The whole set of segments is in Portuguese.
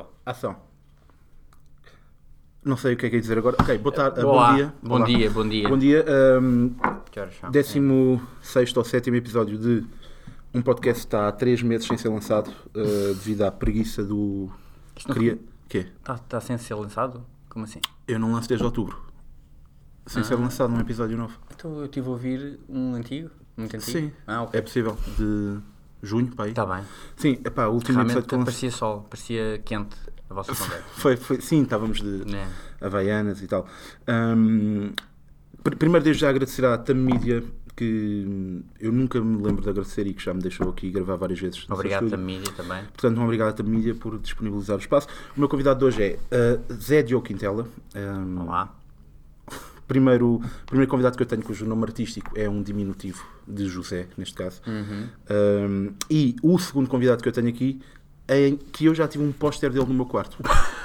Ação. Não sei o que é que ia dizer agora. Ok, boa tarde, Olá. bom dia. Bom Olá. dia, bom dia. Bom dia. Que horas são? 16º ou 7º episódio de um podcast que está há 3 meses sem ser lançado devido à preguiça do... Isto não Queria... Quê? Está sem ser lançado? Como assim? Eu não lanço desde outubro. Sem ser lançado num episódio novo. Então eu estive a ouvir um antigo? Muito antigo? Sim, Ok. é possível. De junho, para aí. Está bem. Sim, epá, o último Realmente episódio que eu lancei... parecia sol, parecia quente a vossa conversa. Sim, estávamos de Né? Havaianas e tal. Primeiro, desde já agradecer à TAM Media, que eu nunca me lembro de agradecer e que já me deixou aqui gravar várias vezes. no seu Obrigado, estúdio. Tamídia, também. Portanto, um obrigado à TAM Media por disponibilizar o espaço. O meu convidado de hoje é Zé Diogo Quintela. Olá. Primeiro convidado que eu tenho cujo nome artístico é um diminutivo de José, neste caso. E o segundo convidado que eu tenho aqui é em que eu já tive um póster dele no meu quarto.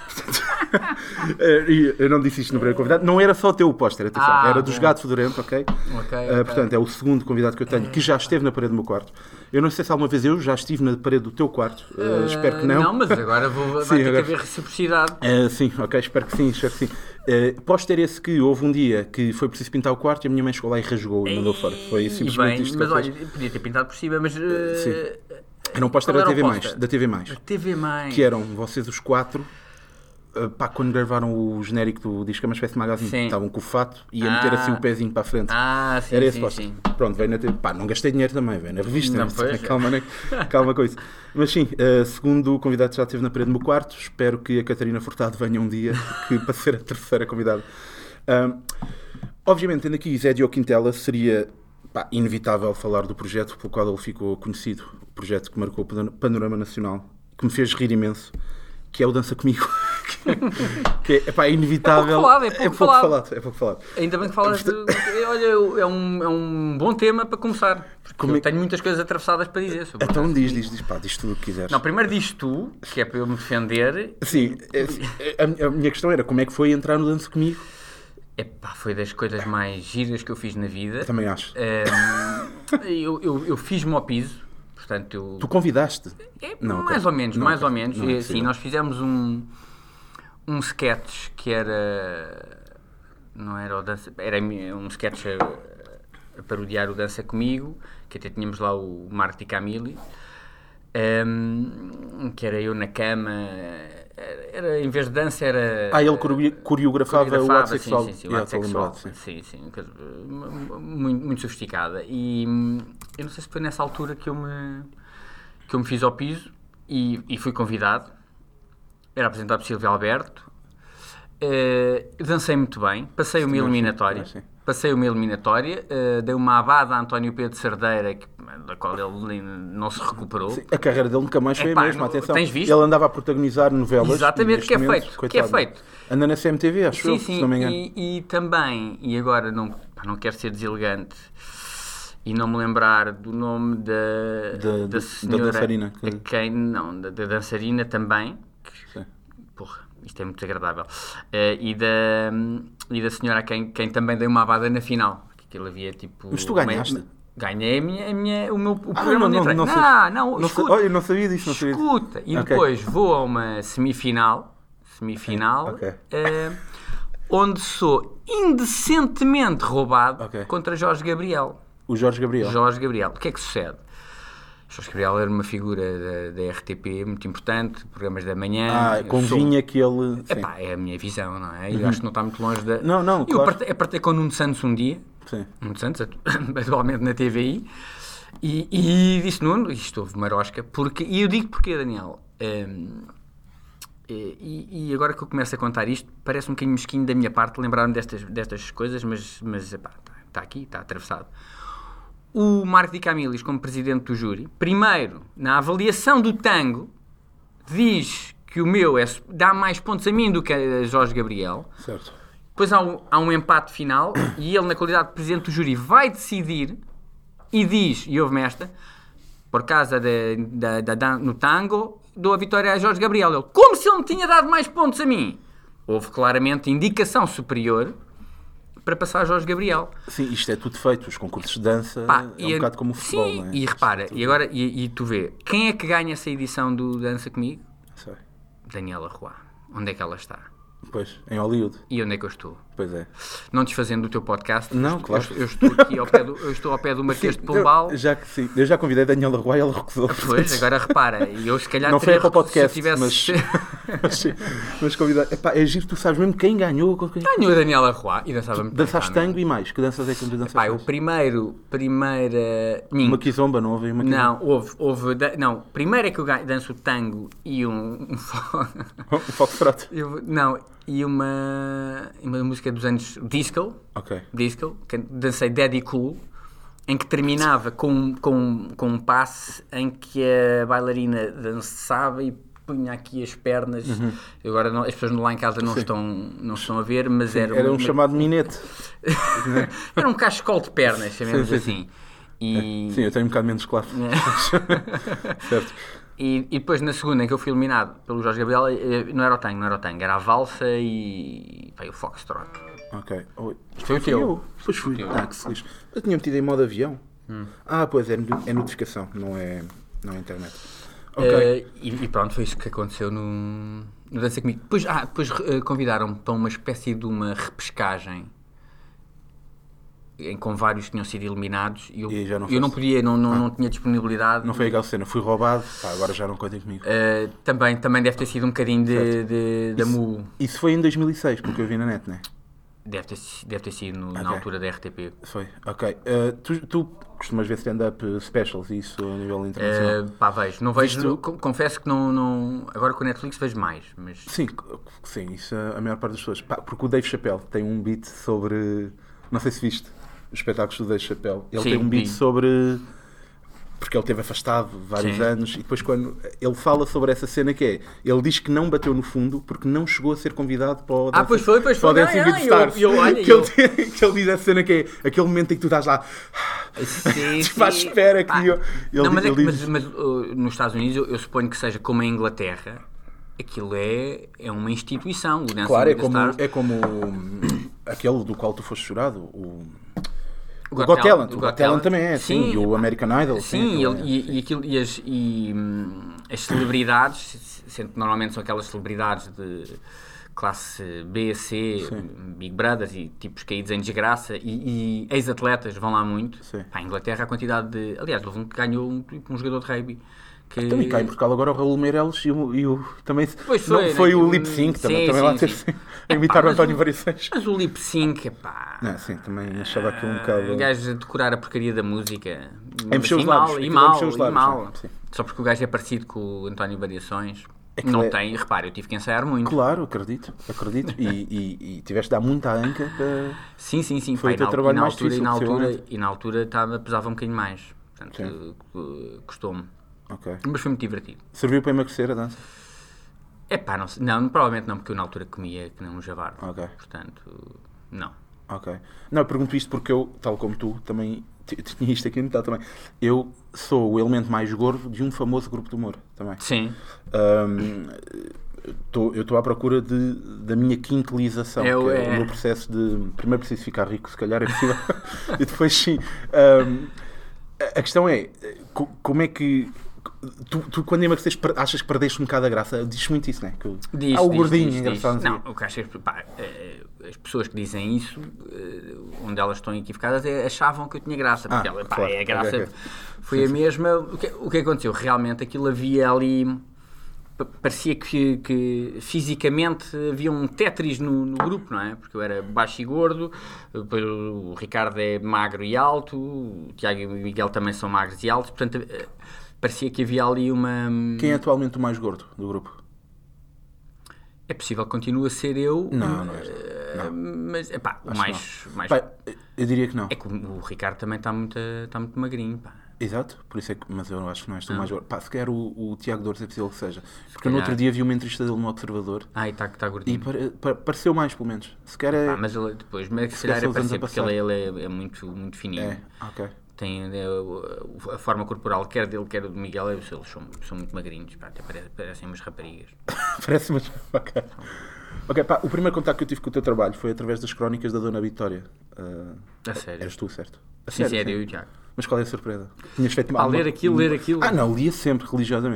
E eu não disse isto no primeiro convidado. Não era só ter o póster, atenção. Era dos bom. Gato Fedorento, ok? Portanto, é o segundo convidado que eu tenho que já esteve na parede do meu quarto. Eu não sei se alguma vez eu já estive na parede do teu quarto. Espero que não. Não, mas agora vai ter que haver reciprocidade. Sim, ok, espero que sim. Póster esse que houve um dia que foi preciso pintar o quarto e a minha mãe chegou lá e rasgou e mandou fora. Foi simplesmente bem, isto que mas ele olha, fez. podia ter pintado por cima, mas... Sim. Era um póster Qual da era o TV+, póster? da TV+. A TV+. Que eram vocês os quatro, quando gravaram o genérico do Disco, é uma espécie de magazine, Sim. estavam com o fato e a meter assim o pezinho para a frente. Sim, Era esse sim, póster. sim. Pronto, veio na TV. Não gastei dinheiro também, veio na revista. Não, né? pois. Calma, né? Calma com isso. Mas sim, segundo o convidado que já esteve na parede do meu quarto, espero que a Catarina Furtado venha um dia para ser a terceira convidada. Obviamente, tendo aqui Zé Diogo Quintela, seria inevitável falar do projeto pelo qual ele ficou conhecido, o projeto que marcou o panorama nacional, que me fez rir imenso, que é o Dança Comigo. que é inevitável. É pouco falado. Ainda bem que falas de... Olha, é um bom tema para começar. Porque eu tenho muitas coisas atravessadas para dizer sobre Então isso. diz tudo o que quiseres. Não, primeiro diz tu, que é para eu me defender. Sim, a minha questão era como é que foi entrar no Dança Comigo? Foi das coisas mais giras que eu fiz na vida. Também acho. Eu fiz-me ao piso, portanto... Tu convidaste? Mais ou menos. Não é Sim, nós fizemos um sketch que era... Não era o Dança... Era um sketch a parodiar o Dança Comigo, que até tínhamos lá o Marco Di Camilli, que era eu na cama... Era, em vez de dança era... Ele coreografava o ato sexual. Sim, o ato sexual. Sim. Muito, muito sofisticada. E eu não sei se foi nessa altura que eu me fiz ao piso e fui convidado. Era apresentado por Silvio Alberto. Dancei muito bem. Passei uma eliminatória. Dei uma abada a António Pedro Cerdeira, da qual ele não se recuperou. Sim, a carreira dele nunca mais foi a mesma, atenção. Tens visto? Ele andava a protagonizar novelas. Exatamente, que é feito. Anda na CMTV, acho eu, se não me engano. E também, e agora não quero ser deselegante e não me lembrar do nome da senhora... Da dançarina. Da dançarina também. Sim. Porra, isto é muito desagradável. E da senhora a quem também dei uma abada na final. Que ele havia tipo... Mas tu ganhaste? Ganhei o programa onde entrei. Eu não sabia disso. Escuta, e depois vou a uma semifinal, Ok. onde sou indecentemente roubado Ok. contra Jorge Gabriel. O Jorge Gabriel. O que é que sucede? Jorge Gabriel era uma figura da RTP muito importante, programas da manhã. Convinha que ele... É a minha visão, não é? Eu acho que não está muito longe da... Não, Eu claro. partei com o Nuno Santos um dia. Sim. Nuno Santos, atualmente na TVI, e disse, Nuno, isto houve marosca, e eu digo porquê, Daniel, e agora que eu começo a contar isto, parece um bocadinho mesquinho da minha parte lembrar-me destas coisas, mas está aqui, está atravessado. O Marco Di Camilli, como presidente do júri, primeiro, na avaliação do tango, diz que o meu dá mais pontos a mim do que a Jorge Gabriel. Certo. Depois há um empate final e ele, na qualidade de presidente do júri, vai decidir e diz, e ouve-me esta, por causa no tango, dou a vitória a Jorge Gabriel. Ele, como se ele me tinha dado mais pontos a mim. Houve claramente indicação superior para passar a Jorge Gabriel. Sim, isto é tudo feito. Os concursos de dança é um bocado como o futebol, sim, não é? E repara, e agora, e tu vê, quem é que ganha essa edição do Dança Comigo? Sei. Daniela Roy. Onde é que ela está? Pois, em Hollywood. E onde é que eu estou? Pois é. Não desfazendo do teu podcast. Não, claro. Eu estou aqui eu estou ao pé do Marquês de Pombal. Eu já convidei a Daniela Roy e ela recusou. Pois, agora repara, e eu se calhar não foi para o podcast, se tivesse... mas convidei. Epá, é giro, tu sabes mesmo quem ganhou. Ganhou a Daniela Roy e dançava muito. Dançaste tango e mais? Que danças é que tu dançaste? Pá, o primeira... Uma kizomba, não houve uma Não, houve... Não, primeiro é que eu danço tango e um foxtrot. Não, e uma música dos anos disco, que dancei Daddy Cool, em que terminava com um passe em que a bailarina dançava e punha aqui as pernas. Agora as pessoas lá em casa não estão a ver, mas era um chamado minete. Era um cachecol de pernas, chamemos assim. Sim, eu tenho um bocado menos classe. Certo. E depois na segunda, em que eu fui eliminado pelo Jorge Gabriel, não era o tango, era a valsa e o foxtrot. Ok. Isto foi o teu. Pois fui. Que se lixe. Eu tinha metido em modo avião. Pois é notificação, não é internet. Okay. E pronto, foi isso que aconteceu no Dança Comigo. Depois convidaram-me para uma espécie de uma repescagem com vários que tinham sido eliminados e eu não podia, não tinha disponibilidade. Não foi aquela cena, fui roubado, agora já não contem comigo. Também deve ter sido um bocadinho da MU. Isso foi em 2006, porque eu vi na net, não é? Deve ter sido na altura da RTP. Foi, ok. Tu costumas ver stand-up specials e isso a nível internacional? Vejo. Não vejo, confesso que não... Agora com a Netflix vejo mais, mas... Sim, isso a maior parte das pessoas. Porque o Dave Chappelle tem um beat sobre... Não sei se viste os espetáculos do Dave Chappelle. Ele tem um beat sobre... Porque ele esteve afastado vários anos e depois quando ele fala sobre essa cena que é, ele diz que não bateu no fundo porque não chegou a ser convidado para o pois foi. Para o Dancing with Stars. Que ele diz essa cena que é aquele momento em que tu estás lá à espera que mas nos Estados Unidos eu suponho que seja como a Inglaterra, aquilo é uma instituição. O claro, é como aquele do qual tu foste jurado, o Got Talent. O Got Talent também é, sim, e o American Idol. Sim, as celebridades, sendo que normalmente são aquelas celebridades de classe B, C, Big Brothers e tipos caídos em desgraça e ex-atletas vão lá muito. A Inglaterra, a quantidade de... Aliás, houve um que ganhou um jogador de rugby. Também cá em Portugal agora o Raul Meireles e o também foi o lip sync também lá ter a imitar o António Variações. Mas o lip sync, pá. Sim, também achava aquilo um bocado. O gajo a decorar a porcaria da música. É mexer os lábios. E mal. Só porque o gajo é parecido com o António Variações. Não tem, repara, eu tive que ensaiar muito. Claro, acredito. E tiveste de dar muita anca para. Sim. Foi o teu trabalho mais difícil. E na altura pesava um bocadinho mais. Portanto, custou-me. Okay. Mas foi muito divertido. Serviu para emagrecer a dança? Não, provavelmente não, porque eu na altura comia que nem um javardo. Okay. Portanto, não. Ok. Não, eu pergunto isto porque eu, tal como tu, também tinha isto aqui anotado também. Eu sou o elemento mais gordo de um famoso grupo de humor também. Sim. Eu estou à procura da minha quintilização, que é o meu processo de... Primeiro preciso ficar rico, se calhar é possível. E depois sim. A questão é, como é que... Tu quando emagreces, achas que perdeste um bocado a graça? Diz muito isso, não é? O gordinho engraçado. Não, o que acho é que as pessoas que dizem isso, onde elas estão equivocadas, achavam que eu tinha graça. Porque claro, a graça foi a mesma. O que aconteceu? Realmente aquilo havia ali. Parecia que fisicamente havia um Tetris no grupo, não é? Porque eu era baixo e gordo, depois o Ricardo é magro e alto, o Tiago e o Miguel também são magros e altos, portanto parecia que havia ali uma... Quem é atualmente o mais gordo do grupo? É possível que continue a ser eu. Não é. Mas, o mais... eu diria que não. É que o Ricardo também está muito magrinho, pá. Exato, por isso é que... Mas eu acho que não és tu mais gordo. Se calhar o Tiago Dores é possível que seja. Porque no outro dia vi uma entrevista dele no Observador. E está gordinho. E pareceu mais, pelo menos. Se calhar mas ele depois... Mas se calhar é parecer, porque ele é muito, muito fininho. É, ok. Tem a forma corporal, quer dele, quer do Miguel, eles são muito magrinhos, pá, até parecem umas raparigas. Parecem umas... Ok, o primeiro contacto que eu tive com o teu trabalho foi através das crónicas da Dona Vitória. A sério? Eras tu, certo? Sim, eu e o Tiago. Mas qual é a surpresa? Tinhas feito mal? Ler aquilo. Não, lia sempre, religiosamente.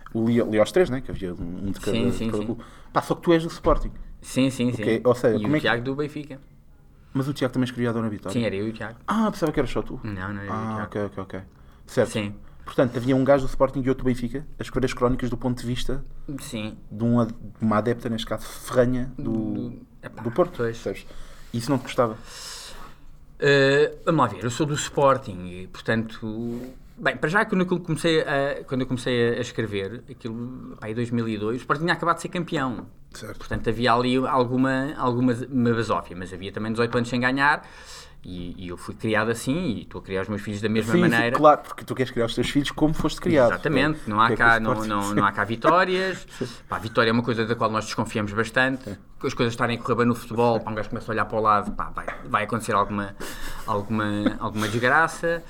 o Li aos 3, né? Que havia um de cada, Sim, de cada sim. clube. Pá, só que tu és do Sporting. Sim. Ou seja, E como o é que... Tiago do Benfica. Mas o Tiago também escrevia a Dona Vitória. Sim, era eu e o Tiago. Pensava que era só tu. Não era eu e o Tiago. Ok. Certo. Sim. Portanto, havia um gajo do Sporting e outro do Benfica a escrever as crónicas do ponto de vista Sim. de uma adepta, neste caso, ferranha do Porto. Pois. Percebes? Isso não te gostava? Vamos lá ver, eu sou do Sporting e, portanto... Bem, para já, quando eu comecei a escrever, aquilo, em 2002, o Sporting tinha acabado de ser campeão. Certo. Portanto, havia ali alguma basófia, mas havia também 18 anos sem ganhar e eu fui criado assim e estou a criar os meus filhos da mesma maneira. Sim, claro, porque tu queres criar os teus filhos como foste criado. Exatamente, não há cá vitórias. Pá, a vitória é uma coisa da qual nós desconfiamos bastante. As coisas estarem a correr bem no futebol, um gajo começa a olhar para o lado, pá, vai acontecer alguma desgraça.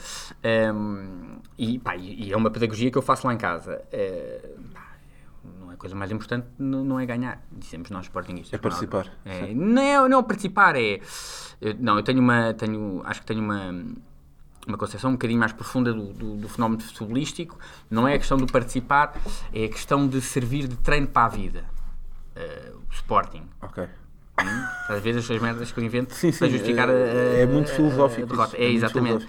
E é uma pedagogia que eu faço lá em casa. A coisa mais importante não é ganhar, dizemos nós sportinguistas. É participar. Não participar, eu acho que tenho uma concepção um bocadinho mais profunda do fenómeno futebolístico. Não é a questão do participar, é a questão de servir de treino para a vida. O Sporting. Ok. Às vezes as merdas que eu invento Sim, para justificar é muito filosófico. a derrota. Exatamente.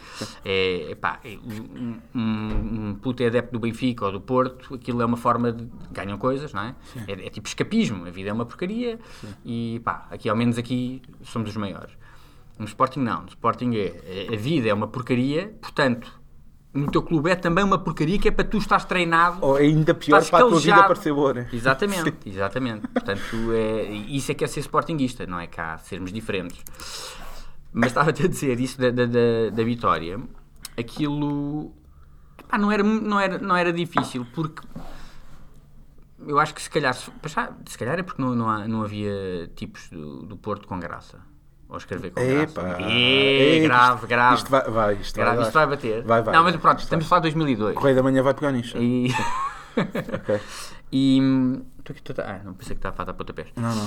Um puto é adepto do Benfica ou do Porto, aquilo é uma forma de... ganham coisas, não é? É tipo escapismo, a vida é uma porcaria. Sim. E aqui, ao menos aqui, somos os maiores. No Sporting não, no Sporting a vida é uma porcaria, portanto... No teu clube é também uma porcaria que é para tu estares treinado. Ou ainda pior, para a tua vida parecer boa, né? Exatamente. Portanto, isso é que é ser sportinguista, não é cá sermos diferentes. Mas estava-te a dizer isso da vitória. Aquilo não era difícil, porque eu acho que se calhar é porque não havia tipos do Porto com graça. Ou escrever com graça. Grave. Isto vai bater. Vai. Não, mas pronto, estamos a falar de 2002. Correio da Manhã vai pegar nisto. Ok. E... não pensei que estava a dar pontapés. Não.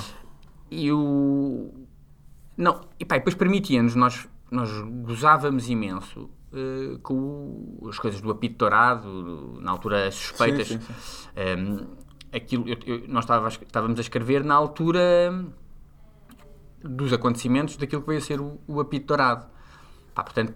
E depois permitia-nos, nós gozávamos imenso com as coisas do apito dourado, na altura as suspeitas. Sim. Nós estávamos a escrever na altura... dos acontecimentos daquilo que veio a ser o apito dourado. Portanto,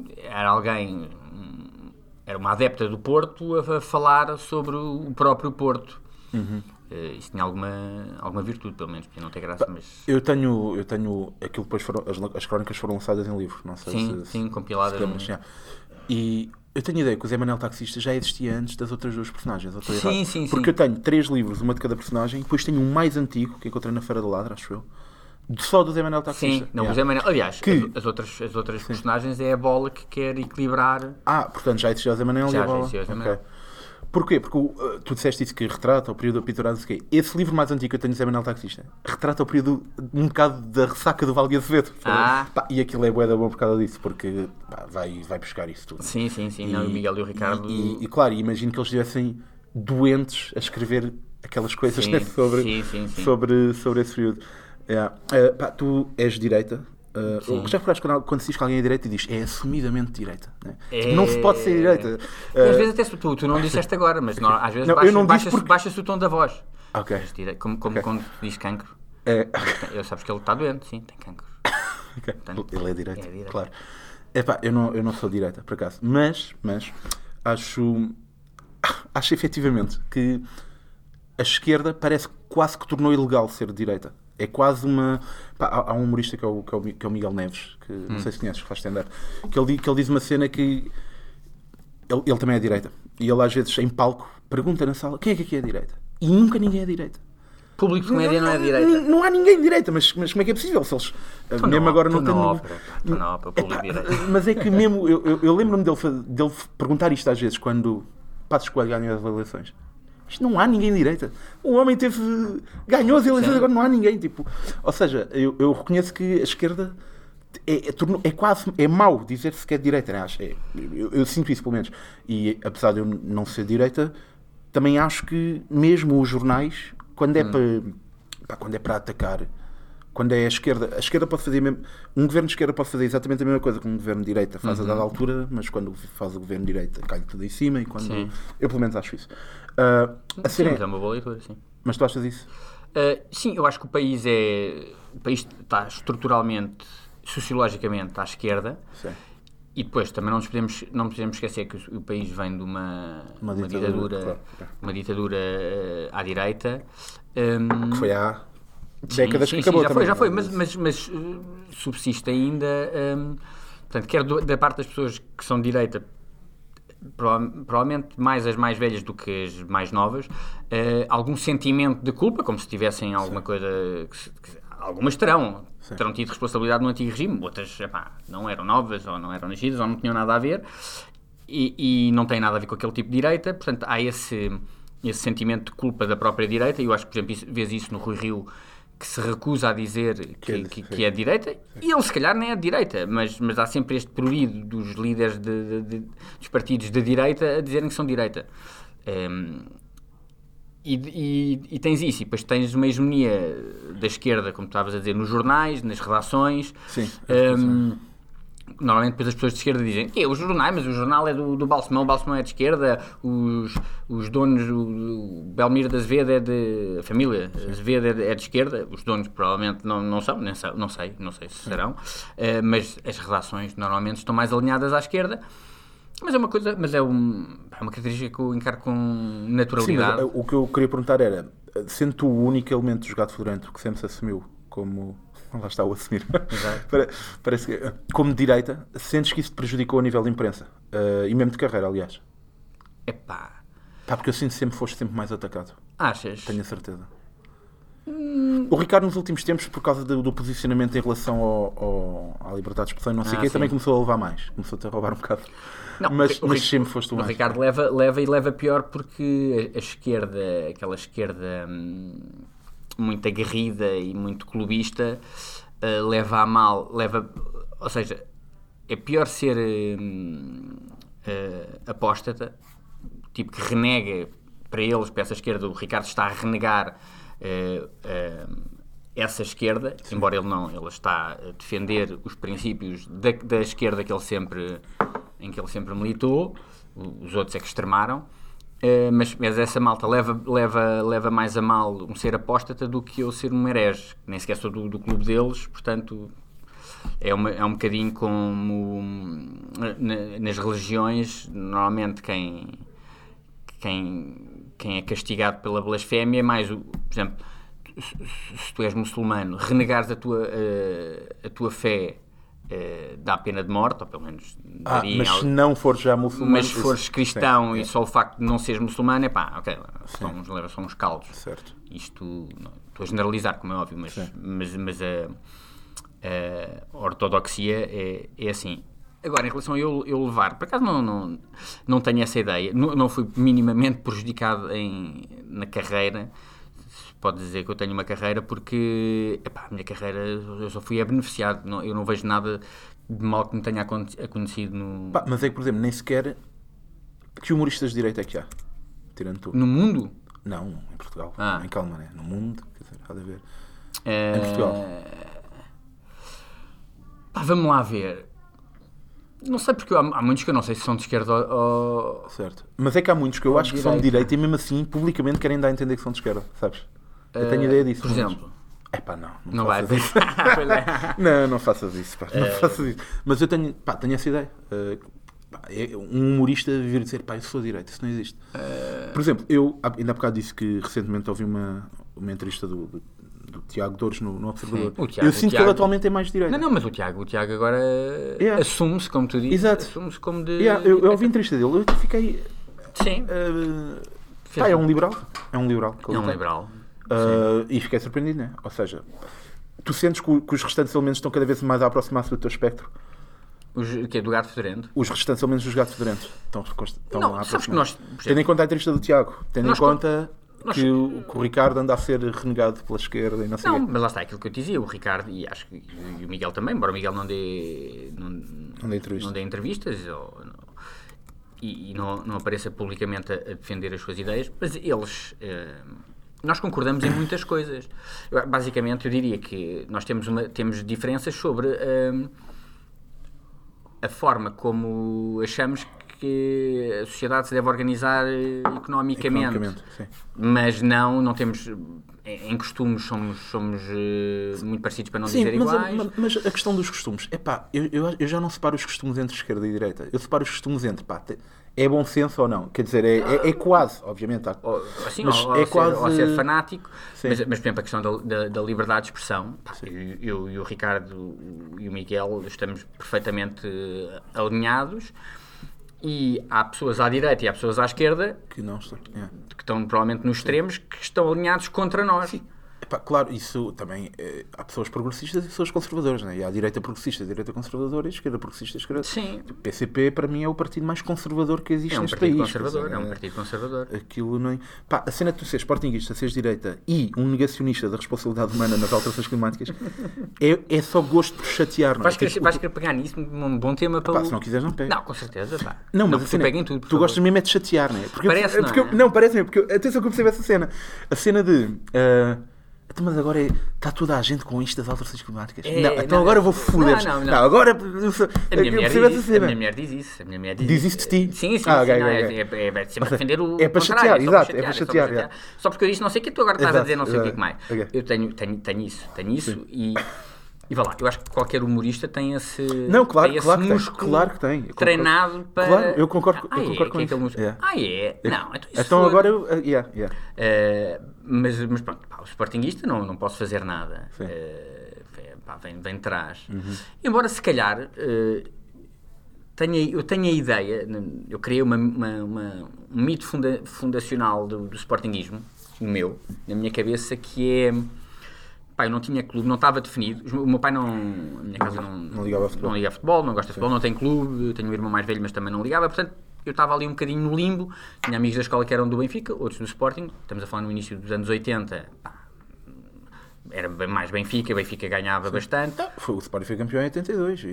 era uma adepta do Porto a falar sobre o próprio Porto. Isso tinha alguma virtude, pelo menos, podia não ter graça, mas... Eu tenho aquilo depois as crónicas foram lançadas em livro, não sei sim, compiladas. E eu tenho a ideia que o Zé Manel Taxista já existia antes das outras duas personagens. Sim. Porque eu tenho 3 livros, uma de cada personagem, depois tenho um mais antigo, que encontrei na Feira do Ladra, acho eu, só do Zé Manel Taxista. Sim, o Zé Manel. Aliás, as outras personagens é a bola que quer equilibrar. Portanto, já existia o Zé Manel e a bola. Já existia o Zé Manel. Okay. Porquê? Porque tu disseste isso que retrata o período do apito dourado. Esse livro mais antigo que eu tenho, Zé Manel Taxista, retrata o período um bocado da ressaca do Val de Azevedo. E aquilo é bué da bom por causa disso, porque vai buscar isso tudo. Sim. O Miguel e o Ricardo. E claro, imagino que eles estivessem doentes a escrever aquelas coisas sobre esse período. Tu és direita. Já reparaste quando se diz que alguém é direita e diz é assumidamente direita, né? Não se pode ser direita. E às vezes até tu não disseste agora, mas às vezes baixa-se o tom da voz. Como quando diz cancro. Eu sabes que ele está doente, sim, tem cancro. Portanto, ele é direita, claro. Eu não sou direita, por acaso, mas acho efetivamente que a esquerda parece quase que tornou ilegal ser de direita. É quase uma... há um humorista que é o Miguel Neves, que não sei se conheces, que faz stand-up, que ele diz uma cena que... Ele também é de direita. E ele às vezes, em palco, pergunta na sala quem é que é direita. E nunca ninguém é de direita. Público de comédia não é de direita. Não há ninguém de direita, mas como é que é possível? Se eles... mesmo agora não tem... público de direita. Mas é que mesmo... Eu lembro-me dele perguntar isto às vezes, quando Passos Coelho ganhou as eleições. Isto não há ninguém de direita. O homem ganhou as eleições, agora não há ninguém. Ou seja, eu reconheço que a esquerda é mau dizer-se que é de direita. Né? Eu sinto isso, pelo menos. E apesar de eu não ser de direita, também acho que mesmo os jornais, quando é para atacar Quando é a esquerda pode fazer mesmo. Um governo de esquerda pode fazer exatamente a mesma coisa que um governo de direita faz a dada altura, mas quando faz o governo de direita cai tudo em cima e quando. Sim. Eu pelo menos acho isso. Sim, mas é uma boa leitura, sim. Mas tu achas isso? Sim, eu acho que o país está estruturalmente, sociologicamente à esquerda. Sim. E depois também não podemos esquecer que o país vem de uma ditadura, claro. uma ditadura à direita. Que foi há décadas que acabou já também. foi, mas subsiste ainda. Portanto, quer da parte das pessoas que são de direita, provavelmente mais as mais velhas do que as mais novas, algum sentimento de culpa, como se tivessem alguma coisa. Algumas terão tido responsabilidade no antigo regime, outras não eram novas, ou não eram nascidas, ou não tinham nada a ver, e não têm nada a ver com aquele tipo de direita. Portanto, há esse sentimento de culpa da própria direita, e eu acho que, por exemplo, vês isso no Rui Rio, que se recusa a dizer que é de direita, e ele se calhar nem é de direita, mas há sempre este prurido dos líderes dos partidos de direita a dizerem que são de direita. E tens isso, e depois tens uma hegemonia da esquerda, como tu estavas a dizer, nos jornais, nas redações. Sim. Normalmente depois as pessoas de esquerda dizem que os jornais, mas o jornal é do Balsemão, o Balsemão é de esquerda, os donos, o Belmiro de Azevedo a família Azevedo é de esquerda, os donos provavelmente não são, não sei se serão, mas as redações normalmente estão mais alinhadas à esquerda. Mas é uma característica que eu encaro com naturalidade. Sim, mas o que eu queria perguntar era, sendo tu o único elemento do Jogado Fedorento que sempre se assumiu como... Lá está o assumir. Parece que, como direita, sentes que isso te prejudicou a nível de imprensa? E mesmo de carreira, aliás? Porque eu sinto que foste sempre mais atacado. Achas? Tenho a certeza. O Ricardo, nos últimos tempos, por causa do posicionamento em relação à liberdade de expressão e não sei o quê, também começou a levar mais. Começou-te a roubar um bocado. Não, mas sempre foste o mais. O Ricardo leva pior porque a esquerda, aquela esquerda muito aguerrida e muito clubista, leva a mal. Ou seja, é pior ser apóstata, tipo que renega para eles, para essa esquerda. O Ricardo está a renegar essa esquerda, sim, embora ele está a defender os princípios da esquerda em que ele sempre militou. Os outros é que extremaram, mas essa malta leva mais a mal um ser apóstata do que eu ser um herege, nem sequer sou do clube deles. Portanto, é um bocadinho como nas religiões. Normalmente quem é castigado pela blasfémia é mais, por exemplo, se tu és muçulmano, renegares a tua fé, dá pena de morte, ou pelo menos daria. Mas se não fores já muçulmano... Mas se fores cristão e só o facto de não seres muçulmano, são uns caldos. Certo. Isto, estou a generalizar, como é óbvio, mas a ortodoxia é assim. Agora, em relação a eu levar, por acaso não tenho essa ideia, não fui minimamente prejudicado na carreira. Pode dizer que eu tenho uma carreira porque a minha carreira eu só fui beneficiado, eu não vejo nada de mal que me tenha acontecido no... Mas é que, por exemplo, nem sequer que humoristas de direita é que há, tirando tu. No mundo? Não, em Portugal, em calma, né? No mundo, quer dizer, há de haver. Em Portugal. Vamos lá ver. Não sei, porque há muitos que eu não sei se são de esquerda ou... Certo. Mas é que há muitos que eu acho que são de direita e mesmo assim publicamente querem dar a entender que são de esquerda, sabes? Eu tenho ideia disso. Por exemplo? Não vai faças isso. Não faças isso, pá. Não faças isso. Mas eu tenho essa ideia. Um humorista vir dizer, eu sou de direita, isso não existe. Por exemplo, eu ainda há bocado disse que recentemente ouvi uma entrevista do Tiago Dores no Observador. Eu sinto que ele atualmente é mais de direita. Não, mas o Tiago agora assume-se, como tu dizes. Exato. Assume-se como de... Eu ouvi a entrevista dele, eu fiquei... Sim. É um liberal. É um liberal. E fiquei surpreendido, né? Ou seja, tu sentes que os restantes elementos estão cada vez mais a aproximar-se do teu espectro? Do Gato Fedorento? Os restantes elementos dos Gatos Fedorentos estão a aproximar. Tendo em conta a entrevista do Tiago, tendo em conta que o Ricardo anda a ser renegado pela esquerda e não sei o quê. Mas lá está aquilo que eu te dizia, o Ricardo, e acho que o Miguel também, embora o Miguel não dê entrevistas e não apareça publicamente a defender as suas ideias, mas eles nós concordamos em muitas coisas. Basicamente, eu diria que nós temos diferenças sobre a forma como achamos que a sociedade se deve organizar economicamente. Sim. Mas não temos... Em costumes somos muito parecidos, para não dizer iguais. Mas a questão dos costumes, eu já não separo os costumes entre esquerda e direita. Eu separo os costumes entre, é bom senso ou não. Quer dizer, é quase, obviamente. Assim, mas ou, é quase... quase... ser fanático. Mas, por exemplo, a questão da liberdade de expressão, eu e o Ricardo e o Miguel estamos perfeitamente alinhados. E há pessoas à direita e há pessoas à esquerda que não estão, que estão provavelmente nos extremos, que estão alinhados contra nós. Sim. Claro, isso também há pessoas progressistas e pessoas conservadoras, né? E há a direita progressista, a direita conservadora e a esquerda progressista e a esquerda. Sim. O PCP para mim é o partido mais conservador que existe neste país. É um partido conservador. Aquilo nem... A cena de tu seres sportinguista, seres direita e um negacionista da responsabilidade humana nas alterações climáticas é só gosto por chatear, não é? Vais querer pegar nisso, um bom tema para se não quiseres não pega. Não, com certeza, Não, mas você pega em tudo, tu gostas mesmo é de chatear, não é? Parece-me, porque atenção que eu percebo essa cena. A cena de... mas agora está toda a gente com isto das alterações climáticas. Agora eu vou foder. Não, agora... A minha mulher diz isso. Diz isso de ti? Sim. É sempre defender o é para chatear, exato. É para chatear. Só porque eu disse não sei o que, tu agora estás a dizer não sei o que mais. Eu tenho isso e vá lá, eu acho que qualquer humorista tem esse... Não, claro que tem. Treinado para... Claro, eu concordo com isso. Não, então agora eu... Mas pronto, o sportinguista não posso fazer nada. Vem de trás. Embora se calhar eu tenha a ideia, eu criei um mito fundacional do sportinguismo, na minha cabeça, que é... eu não tinha clube, não estava definido. O meu pai a minha casa não ligava a futebol. Não liga a futebol, não gosta de futebol, não tem clube, tenho um irmão mais velho, mas também não ligava, portanto, eu estava ali um bocadinho no limbo. Tinha amigos da escola que eram do Benfica, outros do Sporting. Estamos a falar no início dos anos 80, era mais Benfica ganhava bastante. O Sporting foi campeão em 82.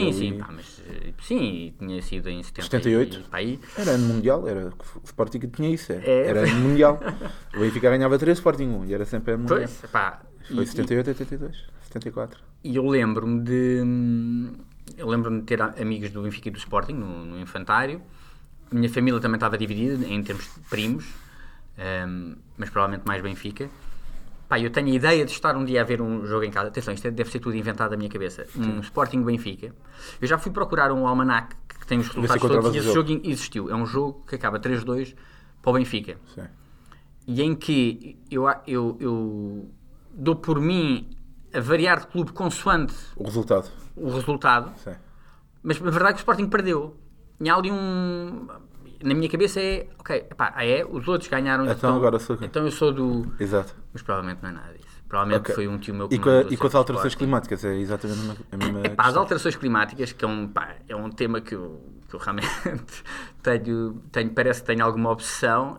Sim, tinha sido em 78. Aí. Era ano mundial, o Sporting que tinha isso. Era ano mundial. O Benfica ganhava 3, Sporting 1, e era sempre ano mundial. Foi 78, 82, 74. E eu lembro-me de ter amigos do Benfica e do Sporting no infantário. A minha família também estava dividida em termos de primos, mas provavelmente mais Benfica. Eu tenho a ideia de estar um dia a ver um jogo em casa. Atenção, isto deve ser tudo inventado da minha cabeça. Um Sporting Benfica. Eu já fui procurar um almanaque que tem os resultados todos e esse jogo existiu. É um jogo que acaba 3-2 para o Benfica. Sim. E em que eu dou por mim a variar de clube consoante o resultado. Sim. Mas na verdade o Sporting perdeu. E há ali na minha cabeça os outros ganharam. Então eu sou do... Exato. Mas provavelmente não é nada disso. Provavelmente foi um tio meu que E com as alterações climáticas é exatamente a mesma as alterações climáticas, que é um tema que eu realmente parece que tenho alguma obsessão.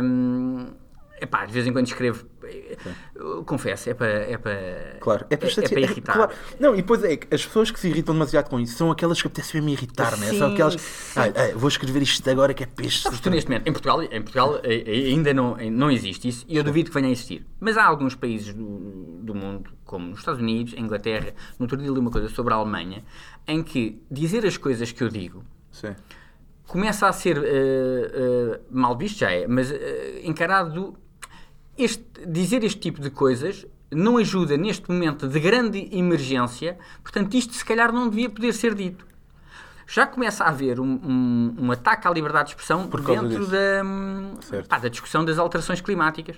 De vez em quando escrevo, confesso, é para irritar. Claro. Não, e depois é que as pessoas que se irritam demasiado com isso são aquelas que apetecem mesmo irritar, né? São aquelas vou escrever isto agora que é peixe. Sabes, tu neste momento, em Portugal ainda não existe isso, e eu duvido que venha a existir. Mas há alguns países do mundo, como nos Estados Unidos, a Inglaterra, no outro dia li uma coisa sobre a Alemanha, em que dizer as coisas que eu digo... Sim. Começa a ser mal visto, já é, mas encarado... dizer este tipo de coisas não ajuda neste momento de grande emergência, portanto isto se calhar não devia poder ser dito. Já começa a haver um ataque à liberdade de expressão dentro da discussão das alterações climáticas.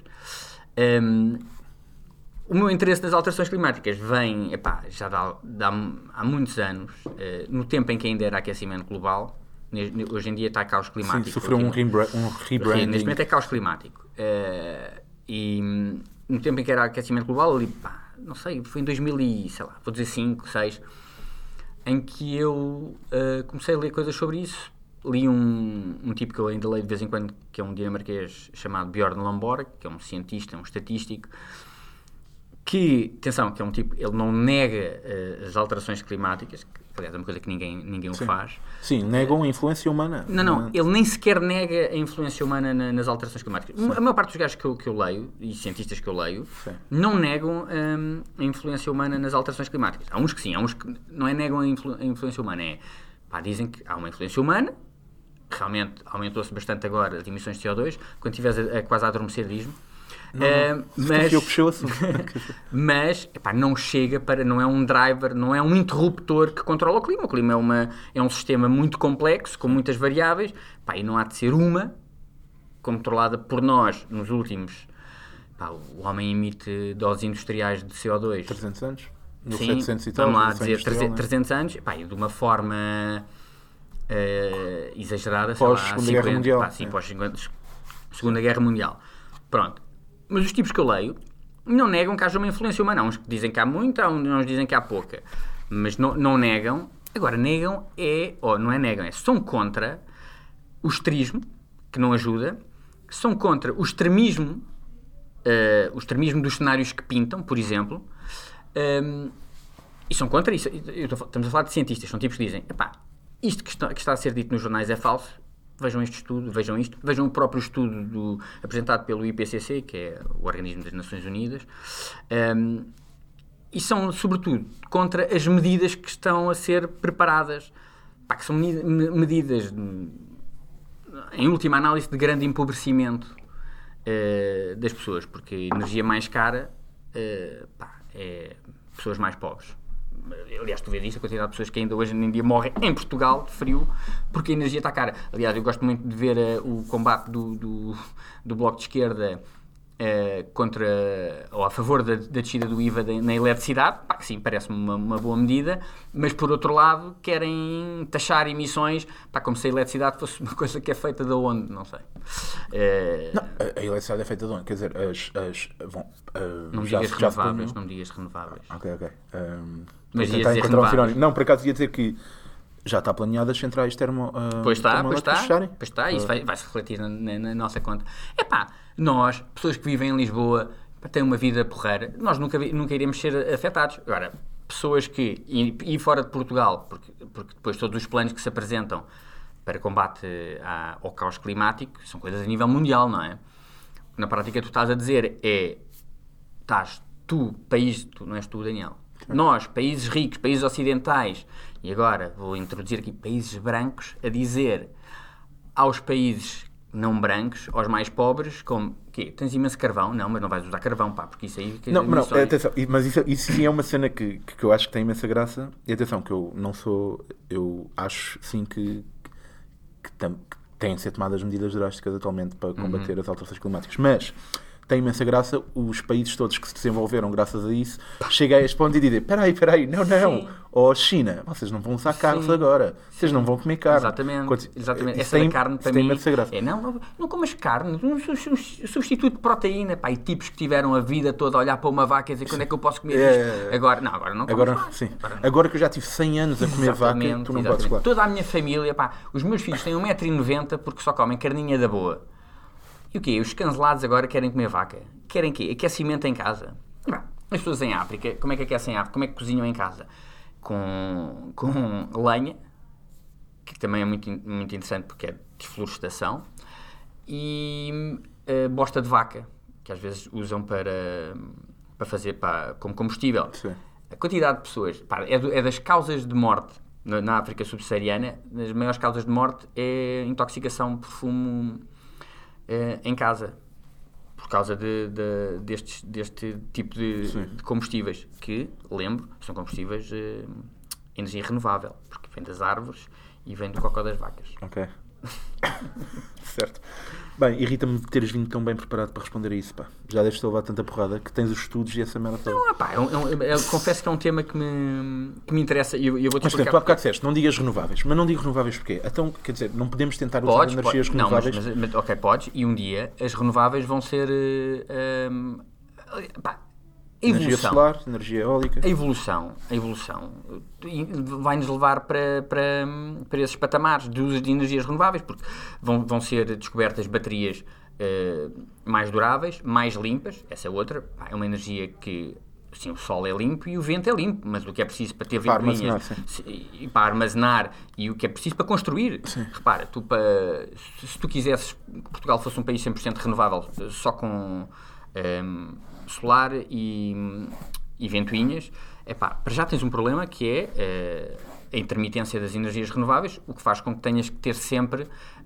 O meu interesse nas alterações climáticas vem já há muitos anos, no tempo em que ainda era aquecimento global. Hoje em dia está caos climático. Sim, sofreu um rebranding. Neste momento é caos climático. E no tempo em que era aquecimento global, ali, não sei, foi em 2005, 2006, em que eu comecei a ler coisas sobre isso. Li um tipo que eu ainda leio de vez em quando, que é um dinamarquês chamado Bjorn Lomborg, que é um cientista, um estatístico, que, atenção, que é um tipo, ele não nega as alterações climáticas, aliás, é uma coisa que ninguém o Sim. faz. Sim, negam a influência humana. Não, ele nem sequer nega a influência humana nas alterações climáticas. A maior parte dos gajos que eu leio, e cientistas que eu leio, Sim. não negam a influência humana nas alterações climáticas. Há uns que sim, há uns que não é negam a influência humana, dizem que há uma influência humana, realmente aumentou-se bastante agora as emissões de CO2, quando estiveres quase a adormecer diz-me. Mas eu puxei o assunto. Mas não chega para, não é um driver, não é um interruptor que controla o clima. O clima é um sistema muito complexo, com muitas variáveis, e não há de ser uma controlada por nós nos últimos. O homem emite doses industriais de CO2 300 anos? 1700 e tal, vamos lá dizer 300 anos, e de uma forma exagerada, Pós-Segunda Guerra Mundial. Sim, pós-Segunda Guerra Mundial. Pronto. Mas os tipos que eu leio não negam que haja uma influência humana. Há uns que dizem que há muita, há uns que dizem que há pouca. Mas não negam. Agora, negam são contra o esterismo, que não ajuda, são contra o extremismo dos cenários que pintam, por exemplo, e são contra isso. Estamos a falar de cientistas, são tipos que dizem, isto que está a ser dito nos jornais é falso. Vejam este estudo, vejam o próprio estudo apresentado pelo IPCC, que é o Organismo das Nações Unidas, e são, sobretudo, contra as medidas que estão a ser preparadas, que são medidas, em última análise, de grande empobrecimento das pessoas, porque a energia mais cara é pessoas mais pobres. Aliás, tu vês isso, a quantidade de pessoas que ainda hoje em dia morrem em Portugal de frio porque a energia está cara. Aliás, eu gosto muito de ver o combate do Bloco de Esquerda ou a favor da descida do IVA na eletricidade, que sim, parece-me uma boa medida, mas por outro lado querem taxar emissões, como se a eletricidade fosse uma coisa que é feita de onde, não sei. Não, a eletricidade é feita de onde? Quer dizer, não me digas renováveis, não me digas renováveis. Ok. Mas tentar ias dizer encontrar renováveis. Não, por acaso ia dizer que já está planeadas centrais Pois está, isso fecharem. vai-se refletir na nossa conta. Nós, pessoas que vivem em Lisboa, têm uma vida porreira, nós nunca iremos ser afetados. Agora, pessoas que, e fora de Portugal, porque depois todos os planos que se apresentam para combate ao caos climático são coisas a nível mundial, não é? Na prática tu estás a dizer tu, não és tu, Daniel, nós, países ricos, países ocidentais, e agora vou introduzir aqui países brancos, a dizer aos países não brancos, aos mais pobres, como, tens imenso carvão? Não, mas não vais usar carvão, porque isso aí... Não, atenção, mas isso sim é uma cena que eu acho que tem imensa graça, e atenção, que eu acho sim que têm de ser tomadas medidas drásticas atualmente para combater as alterações climáticas, mas... tem imensa graça, os países todos que se desenvolveram graças a isso, chega a este ponto e dizem, peraí, não, China, vocês não vão usar carros agora, vocês não vão comer carne. Exatamente. Essa da carne para mim imensa graça. Não comas carne, um substituto de proteína, e tipos que tiveram a vida toda a olhar para uma vaca e dizer, quando é que eu posso comer isto? Agora não comes Agora que eu já tive 100 anos a comer vaca, tu não podes comer. Toda a minha família, os meus filhos têm 1,90 m porque só comem carninha da boa. E o quê? Os cancelados agora querem comer vaca? Querem quê? Aquecimento em casa? As pessoas em África, como é que aquecem em África? Como é que cozinham em casa? Com lenha, que também é muito, muito interessante porque é desflorestação, e bosta de vaca, que às vezes usam para fazer como combustível. Sim. A quantidade de pessoas, é das causas de morte na África subsaariana, das maiores causas de morte é intoxicação por fumo em casa, por causa deste tipo de combustíveis, que, lembro, são combustíveis energia renovável, porque vem das árvores e vem do cocó das vacas. Ok. Certo. Bem, irrita-me teres vindo tão bem preparado para responder a isso, Já deves ter levado tanta porrada que tens os estudos e essa merda toda. Não, confesso que é um tema que me interessa e eu vou-te explicar. Mas, tu há bocado disseste, não digas renováveis. Mas não digo renováveis porquê? Então, quer dizer, não podemos tentar usar energias renováveis? Não, mas ok, podes. E um dia as renováveis vão ser... Energia solar, energia eólica. A evolução vai-nos levar para esses patamares de uso de energias renováveis, porque vão ser descobertas baterias mais duráveis, mais limpas. Essa é outra. É uma energia que sim, o sol é limpo e o vento é limpo, mas o que é preciso para ter Para ventoinhas e para armazenar e o que é preciso para construir. Sim. Repara, se tu quisesses que Portugal fosse um país 100% renovável, só com solar e ventoinhas, para já tens um problema que é a intermitência das energias renováveis, o que faz com que tenhas que ter sempre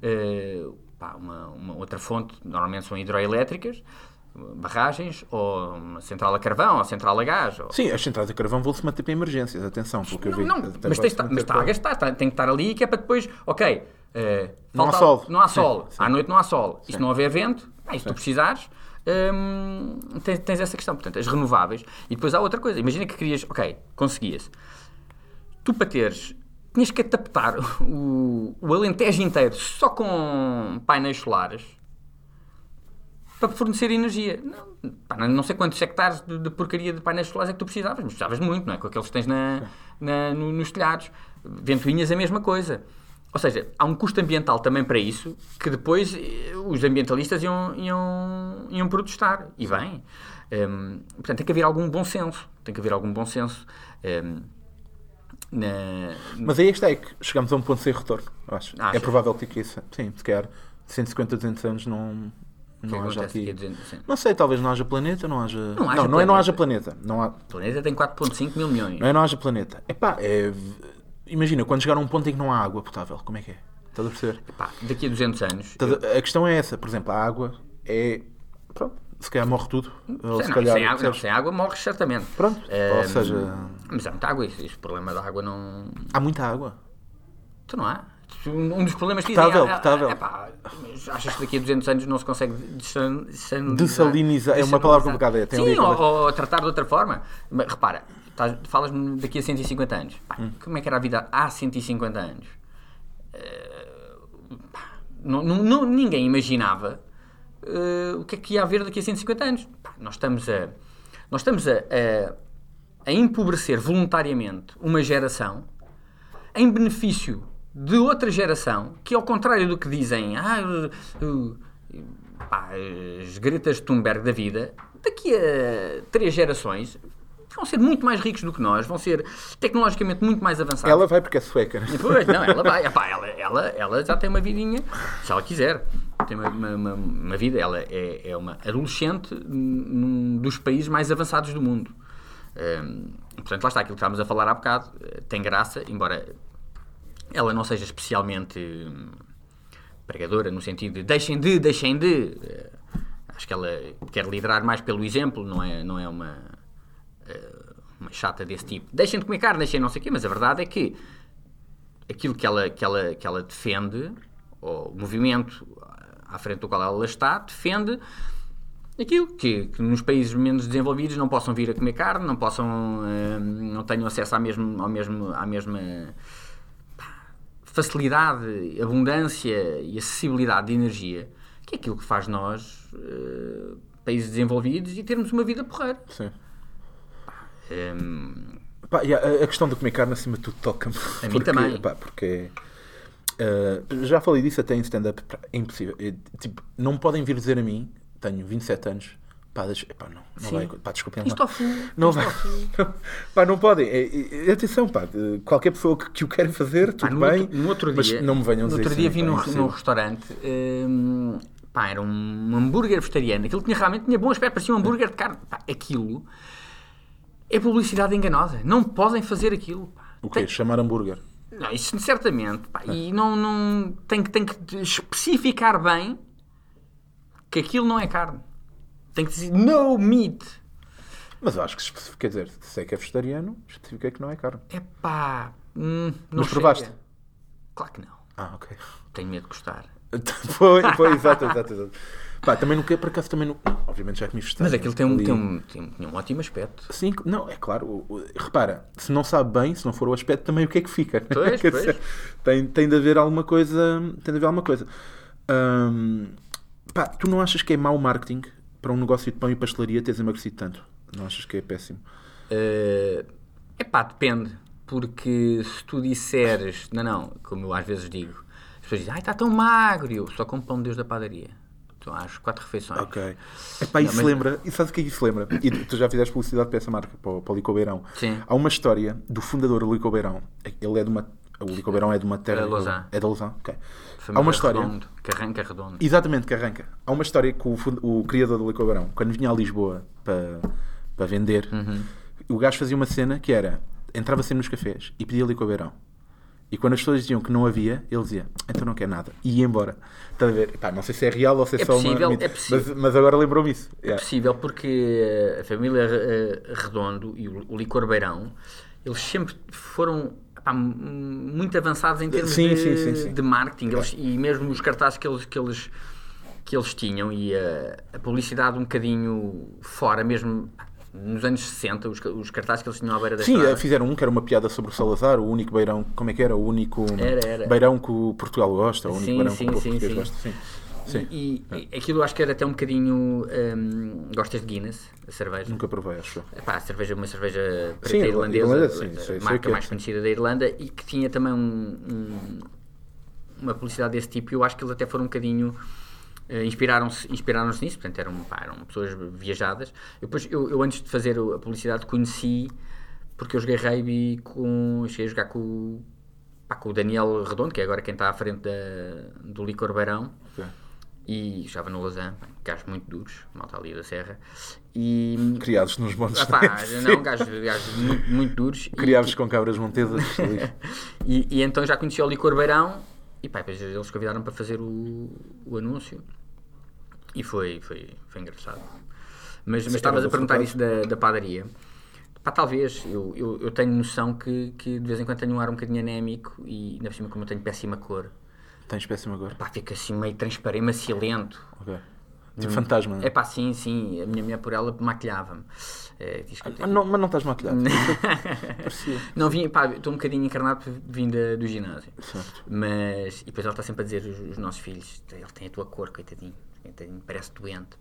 uma outra fonte, normalmente são hidroelétricas, barragens, ou uma central a carvão, ou central a gás. Sim, as centrais a carvão vão-se manter para emergências, atenção, porque eu vi... Mas está a gastar, tem que estar ali, que é para depois, não há sol. Não há sol, Sim. à noite não há sol, e Sim. se não houver vento, e se tu precisares, tens essa questão, portanto, as renováveis. E depois há outra coisa, imagina que querias, conseguias. Tu para teres, tinhas que adaptar o Alentejo inteiro só com painéis solares para fornecer energia. Não sei quantos hectares de porcaria de painéis solares é que tu precisavas, mas precisavas muito, não é? Com aqueles que tens nos telhados. Ventoinhas a mesma coisa. Ou seja, há um custo ambiental também para isso, que depois os ambientalistas iam protestar. E bem. Portanto, tem que haver algum bom senso. Mas aí está, é que chegamos a um ponto sem retorno, eu acho. É provável que isso, sim, se calhar 150, 200 anos não haja aqui... Não sei, talvez não haja planeta, não haja... Não é não haja planeta. O planeta tem 4,5 mil milhões. Não haja planeta. Imagina, quando chegar a um ponto em que não há água potável, como é que é? Estás a perceber? Daqui a 200 anos... A questão é essa, por exemplo, a água é... Pronto. Se calhar morre tudo. Sem água morres certamente. Pronto. Ou seja... Mas há muita água. Este problema da água não... Há muita água? Tu não há. Um dos problemas que potável. Achas que daqui a 200 anos não se consegue dessalinizar? É uma palavra complicada. Sim, ou tratar de outra forma. Mas, repara, falas-me daqui a 150 anos. Como é que era a vida há 150 anos? Ninguém imaginava o que é que ia haver daqui a 150 anos. Nós estamos a empobrecer voluntariamente uma geração em benefício de outra geração que, ao contrário do que dizem as Gretas Thunberg da vida, daqui a 3 gerações vão ser muito mais ricos do que nós, vão ser tecnologicamente muito mais avançados. Ela vai porque é sueca. Pois, não, ela vai. Ela já tem uma vidinha, se ela quiser. Tem uma vida, ela é uma adolescente num dos países mais avançados do mundo. Portanto, lá está, aquilo que estávamos a falar há bocado, tem graça, embora ela não seja especialmente pregadora, no sentido de deixem de. Acho que ela quer liderar mais pelo exemplo, não é uma chata desse tipo. Deixem de comer carne, deixem não sei o quê, mas a verdade é que aquilo que ela defende, ou o movimento à frente do qual ela está, defende aquilo que nos países menos desenvolvidos não possam vir a comer carne, não tenham acesso à mesma facilidade, abundância e acessibilidade de energia, que é aquilo que faz nós, países desenvolvidos, e termos uma vida porreira. Sim. A questão de comer carne acima de tudo toca-me. A mim também. Porque já falei disso até em stand-up, é impossível. Não podem vir dizer a mim, tenho 27 anos, não vai, desculpem lá. Não vai. Não podem. Atenção, qualquer pessoa que o queira fazer, tudo bem, no outro dia, mas não me venham dizer. No outro dia vi num restaurante, era um hambúrguer vegetariano, aquilo realmente tinha bom aspecto, parecia um hambúrguer de carne. Aquilo é publicidade enganosa. Não podem fazer aquilo. O quê? Chamar hambúrguer? Não, isso certamente. E não tem que especificar bem que aquilo não é carne. Tem que dizer no meat. Mas eu acho que se especifica, quer dizer, se é que é vegetariano, especifica que não é carne. Não mas provaste? Claro que não. Ok. Tenho medo de gostar. Foi, exato. Também não quero, por acaso também não. Obviamente já comi vegetariano. Mas aquilo tem um ótimo aspecto. Sim, não, é claro. Repara, se não sabe bem, se não for o aspecto, também o que é que fica? Pois. Dizer, tem de haver alguma coisa. Tu não achas que é mau marketing para um negócio de pão e pastelaria teres emagrecido tanto? Não achas que é péssimo? Depende. Porque se tu disseres... Não, como eu às vezes digo, as pessoas dizem, está tão magro, eu só como pão de Deus da padaria. Estou às 4 refeições. Ok. Epá, isso mas- lembra... E sabes o que é que isso lembra? E tu já fizeste publicidade para essa marca, para o Licor Beirão. Sim. Há uma história do fundador do Licor Beirão. Ele é de uma... O Licor Beirão é de uma terra... É de Lausanne. É de Lausanne, ok. Família Há uma história... Redondo, Carranca Redondo. Exatamente, que arranca. Há uma história que o criador do Licor Beirão, quando vinha a Lisboa para vender, o gajo fazia uma cena que era, entrava sempre nos cafés e pedia Licor Beirão. E quando as pessoas diziam que não havia, ele dizia, então não quer nada. E ia embora. Estás a ver? Epá, não sei se é real ou se é, É só possível, uma... é possível. Mas agora lembrou-me isso. É Yeah. possível porque a família Redondo e o Licor Beirão, eles sempre foram muito avançados em termos Sim, sim. de marketing. E mesmo os cartazes que eles tinham e a publicidade um bocadinho fora, mesmo nos anos 60, os cartazes que eles tinham à beira da Sim, estrada. fizeram que era uma piada sobre o Salazar, o único beirão, como é que era? O único Era. beirão que o Portugal gosta, o único Sim, beirão sim, que o povo sim, português sim. gosta. Sim. Sim. E aquilo acho que era até um bocadinho. Gostas de Guinness, a cerveja? Nunca provei, acho. Epá, uma cerveja preta Sim, irlandesa, irlandesa, sim, sei a que marca é. mais conhecida da Irlanda, e que tinha também uma publicidade desse tipo. E eu acho que eles até foram um bocadinho. Inspiraram-se nisso, portanto eram pessoas viajadas. Eu antes de fazer a publicidade conheci, porque eu joguei rugby cheguei a jogar com o Daniel Redondo, que é agora quem está à frente do Licor Beirão. Ok. E jogava no Lausanne, gajos muito duros, malta ali da Serra. E Criados nos montes. não, gajos muito, muito duros. Criados com cabras montesas. E então já conheci o Licor Beirão e depois eles convidaram para fazer o anúncio e foi engraçado. Mas estavas a perguntar isso da padaria. Pá, talvez, eu tenho noção que de vez em quando tenho um ar um bocadinho anémico e ainda por cima como eu tenho péssima cor. Tens péssima agora? Pá, fica assim meio transparente, macilento. Ok. Tipo fantasma. É pá, sim, a minha mulher por ela maquilhava-me. Diz que eu tenho- Mas não estás maquilhado. Parecia. Não vim, pá, estou um bocadinho encarnado porque vim do ginásio. Certo. Mas, e depois ela está sempre a dizer, os nossos filhos, ele tem a tua cor, coitadinho, parece doente.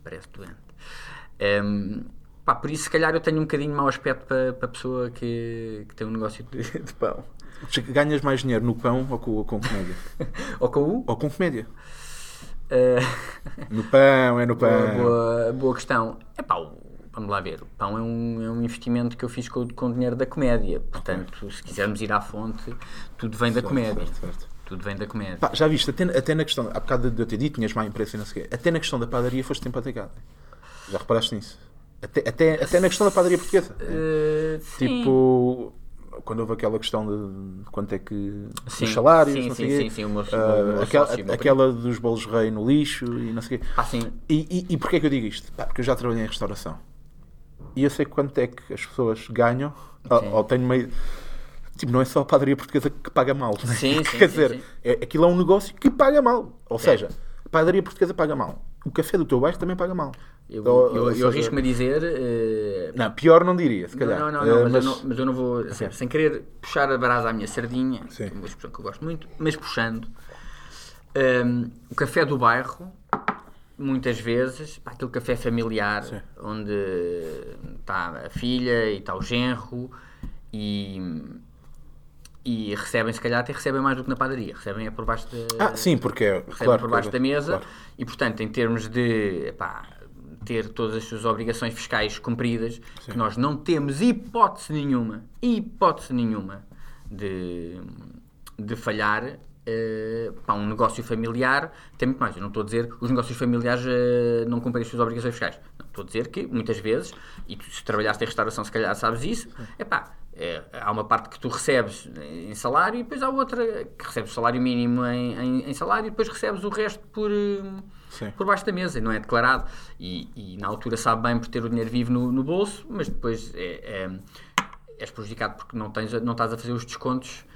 Pá, por isso se calhar eu tenho um bocadinho mau aspecto para a pessoa que tem um negócio de pão. Ganhas mais dinheiro no pão ou com comédia? Ou com o? Ou com comédia? Eh, No pão, é no pão. boa questão. Vamos lá ver, o pão é um investimento que eu fiz com dinheiro da comédia. Portanto, se quisermos ir à fonte, tudo vem da comédia. Certo. Tudo vem da comédia. Pá, já viste, até na questão, há bocado de eu ter dito, tinhas má imprensa e não sei o quê, até na questão da padaria foste empatecado. Já reparaste nisso? Até na questão da padaria portuguesa. Sim. Tipo, quando houve aquela questão de quanto é que Sim, os salários, sim, não sei sim, quê, sim, sim, o meu sócio, o meu aquela dos bolos rei no lixo e não sei o quê. Pá, sim. E porquê é que eu digo isto? Pá, porque eu já trabalhei em restauração e eu sei quanto é que as pessoas ganham ou tenho meio. Tipo, não é só a padaria portuguesa que paga mal. Né? Sim, Quer dizer, aquilo é um negócio que paga mal. Ou seja, a padaria portuguesa paga mal. O café do teu bairro também paga mal. Eu arrisco-me a dizer. Não, pior não diria, se calhar. Não, mas eu não vou. Sem querer puxar a brasa à minha sardinha, Sim. que é uma expressão que eu gosto muito, mas puxando. O café do bairro, muitas vezes, pá, aquele café familiar, Sim. onde está a filha e está o genro e recebem, se calhar, até recebem mais do que na padaria. Recebem por baixo sim, porque é. recebem Claro, por baixo da mesa claro. e, portanto, em termos de ter todas as suas obrigações fiscais cumpridas, que nós não temos hipótese nenhuma de falhar. Um negócio familiar tem muito mais. Eu não estou a dizer que os negócios familiares não cumprem as suas obrigações fiscais. Não, estou a dizer que muitas vezes, e tu, se trabalhaste em restauração se calhar sabes isso, há uma parte que tu recebes em salário e depois há outra que recebes o salário mínimo em salário e depois recebes o resto por baixo da mesa, não é declarado. E na altura sabe bem por ter o dinheiro vivo no bolso, mas depois és prejudicado porque não estás a fazer os descontos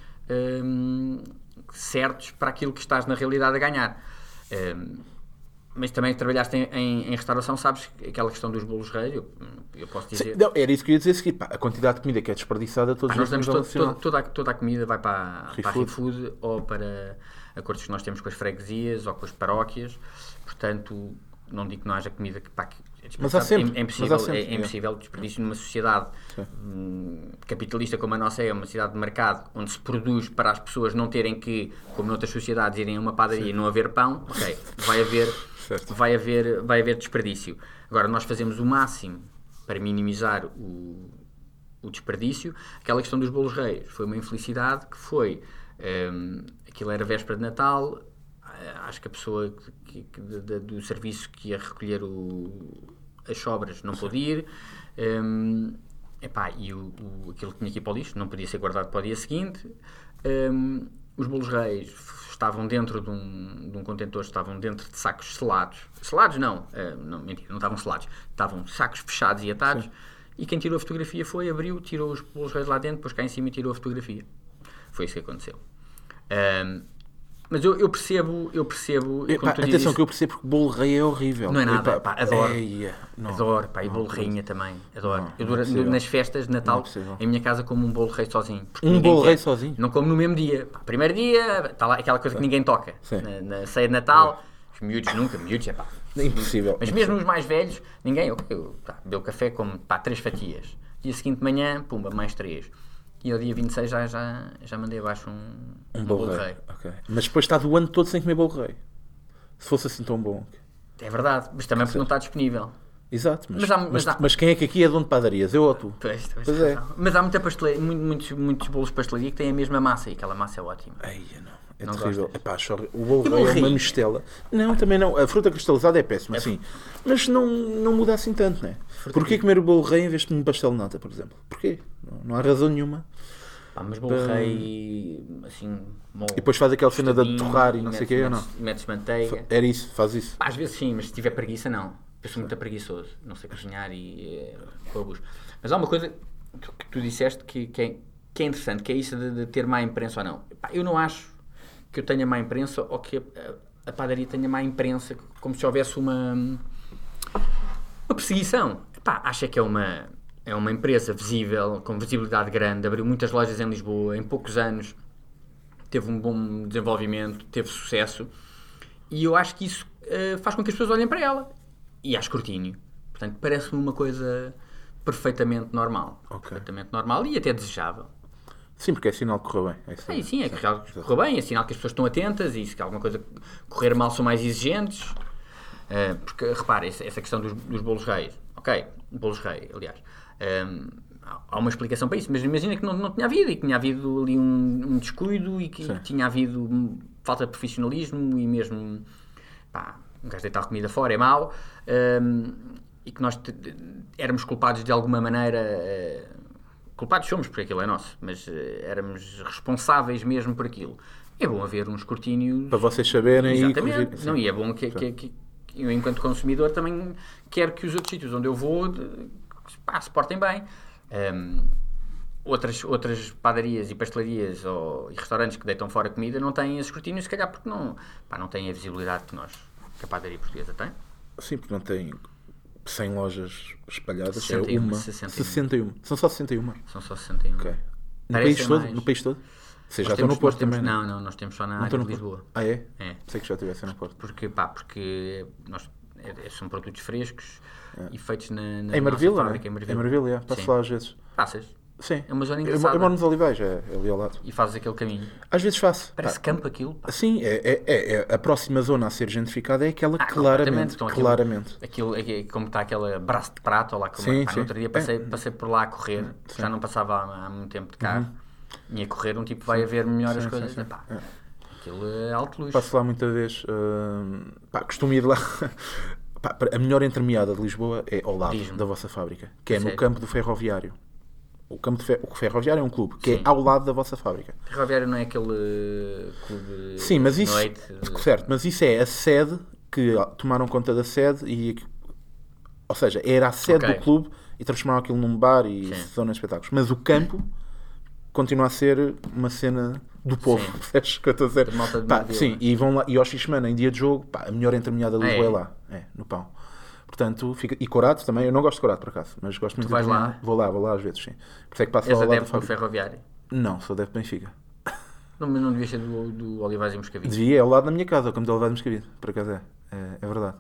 certos para aquilo que estás na realidade a ganhar. Mas também trabalhaste em restauração, sabes aquela questão dos bolos reis, eu posso dizer. Sim, não, era isso que eu ia dizer a seguir. Pá, a quantidade de comida que é desperdiçada todos Nós os damos dias. toda a comida vai para a ReFood. ReFood ou para acordos que nós temos com as freguesias ou com as paróquias. Portanto, não digo que não haja comida que, pá, que é Mas há sempre. é impossível, Mas há sempre, é impossível desperdício numa sociedade capitalista como a nossa é, uma sociedade de mercado, onde se produz para as pessoas não terem que, como noutras sociedades, irem a uma padaria e não haver pão, ok, vai haver desperdício. Agora, nós fazemos o máximo para minimizar o desperdício. Aquela questão dos bolos reis foi uma infelicidade que foi, aquilo era véspera de Natal, acho que a pessoa do serviço que ia recolher as sobras não pôde ir, epá, e aquilo que tinha que ir para o lixo não podia ser guardado para o dia seguinte. Os bolos reis estavam dentro de um contentor, estavam dentro de sacos selados. Selados não, mentira, não estavam selados, estavam sacos fechados e atados. Sim. E quem tirou a fotografia foi, abriu, tirou os bolos reis lá dentro, depois cá em cima e tirou a fotografia. Foi isso que aconteceu. Mas eu percebo. Epá, atenção, que eu percebo porque bolo rei é horrível. Não é nada, Epá, adoro. Não, adoro, pá, e bolo rainha também. Adoro. Nas festas de Natal, em minha casa, como um bolo rei sozinho. Um bolo rei sozinho? Não como no mesmo dia. Pá, primeiro dia, está lá aquela coisa que ninguém toca. Na ceia de Natal, os miúdos nunca, é pá. É impossível. Mas mesmo os mais velhos, ninguém. Bebeu café como 3 fatias. Dia seguinte de manhã, pumba, mais 3. E ao dia 26 já mandei abaixo um bolo rei. Okay. Mas depois está do ano todo sem comer bolo rei. Se fosse assim tão bom. É verdade, mas também porque não está disponível. Exato, mas quem é que aqui é dono de padarias? Eu ou tu? Pois é. Mas há muita pastelaria, muitos bolos de pastelaria que têm a mesma massa e aquela massa é ótima. Não. É não terrível. Epá, o bolo rei é uma mistela. Não, também não. A fruta cristalizada é péssima, sim. Mas não muda assim tanto, não é? Porquê comer o bolo rei em vez de um pastel de nata, por exemplo? Porquê? Não há razão nenhuma. Mas bolo rei, assim... E depois faz aquela cena de torrar e não sei o quê, ou não? Metes manteiga. Era isso, faz isso. Às vezes sim, mas se tiver preguiça, não. Eu sou muito preguiçoso. Não sei cozinhar e abuso. Mas há uma coisa que tu disseste que é interessante, que é isso de ter má imprensa ou não. Eu não acho que eu tenha má imprensa ou que a padaria tenha má imprensa, como se houvesse uma perseguição. Acho que é uma empresa visível, com visibilidade grande, abriu muitas lojas em Lisboa, em poucos anos teve um bom desenvolvimento, teve sucesso, e eu acho que isso faz com que as pessoas olhem para ela e há escrutínio. Portanto, parece-me uma coisa perfeitamente normal. Perfeitamente normal e até desejável. Sim, porque é sinal que correu bem. É que correu bem, é sinal que as pessoas estão atentas e se alguma coisa correr mal são mais exigentes. Porque, repara, essa questão dos bolos reis. Bolos rei, aliás. Há uma explicação para isso, mas imagina que não tinha havido, e que tinha havido ali um descuido e que tinha havido falta de profissionalismo e mesmo um gajo deitar comida fora é mau, e que nós éramos culpados de alguma maneira, culpados somos porque aquilo é nosso, mas éramos responsáveis mesmo por aquilo. É bom haver um escrutínio para vocês saberem. Exatamente. E é bom que eu, enquanto consumidor, também quero que os outros sítios onde eu vou se portem bem. Outras padarias e pastelarias e restaurantes que deitam fora comida não têm esse escrutínio, se calhar porque não têm a visibilidade que a padaria portuguesa tem. Sim, porque não tem 100 lojas espalhadas. 61. 61. São só 61? São só 61. Okay. No país todo? Vocês já estão no Porto também, não? Não, nós temos só na área de Lisboa. É? Sei que já estivesse no Porto. Porque são produtos frescos e feitos na em nossa fábrica. Em Marvila, passo lá às vezes. Passas? Sim. É uma zona engraçada. Eu moro nos Olivais, é ali ao lado. E fazes aquele caminho? Às vezes faço. Parece campo aquilo. Sim, a próxima zona a ser gentrificada é aquela claramente. Então, claramente. Aquilo, como está aquele braço de prato, ou lá como sim. No outro dia passei por lá a correr, já não passava há muito tempo de carro. E a correr um tipo vai a ver melhor as coisas. Aquilo é alto luxo. Passo lá muita vez. Costumo ir lá. A melhor entremeada de Lisboa é ao lado da vossa fábrica, que é no campo do Ferroviário. O Ferroviário é um clube que é ao lado da vossa fábrica. O Ferroviário não é aquele clube. Sim, mas isso. Noite, certo, mas isso é a sede que tomaram conta da sede ou seja, era a sede do clube e transformaram aquilo num bar e zona de espetáculos. Mas o campo continua a ser uma cena do povo, percebes o que eu estou a dizer? Sim, e vão lá, e ao X-Semana, em dia de jogo, a melhor entremeada de Lisboa é lá, no pão. Portanto, e Corato também, eu não gosto de Corato por acaso, mas gosto muito de lá? Vou lá às vezes, sim. Por isso é que passo lá ao lado do Ferroviário? Não, sou adepto de Benfica. Não devia ser do Olivais e Moscavide? Devia, é ao lado da minha casa, o campo de Olivais e Moscavide, por acaso é verdade.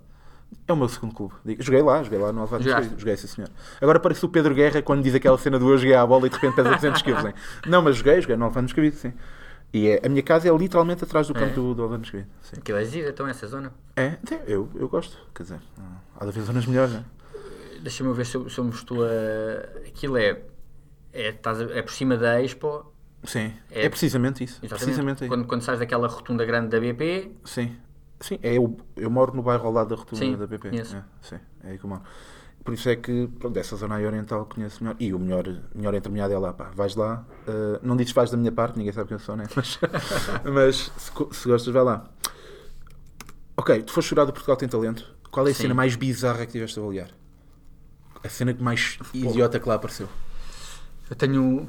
É o meu segundo clube. Joguei lá no Alvaro Jogaste? Moscavide. Joguei, sim senhor. Agora parece o Pedro Guerra quando diz aquela cena do eu joguei à bola e de repente pesa 200 quilos. Hein? Não, mas joguei no Alvaro Moscavide, sim. E a minha casa é literalmente atrás do campo do Alvaro Moscavide. Sim. Aquilo é giro, então, essa zona. Eu gosto. Quer dizer, há de haver zonas melhores, não é? Deixa-me ver se eu me estou a... Aquilo é por cima da Expo. Sim, é precisamente isso. Exatamente. Precisamente aí. Quando sais daquela rotunda grande da BP. Sim, eu moro no bairro ao lado da rotunda Sim, da BP. conheço. Sim, é aí que eu moro. Por isso é que, pronto, dessa zona aí oriental conheço melhor. E o melhor intermediário é lá, pá. Vais lá, não dizes vais da minha parte, ninguém sabe quem eu sou, né? Mas se gostas, vai lá. Ok, tu foste jurado do Portugal Tem Talento. Qual é a Sim. cena mais bizarra que tiveste a avaliar? A cena que mais idiota que lá apareceu? Eu tenho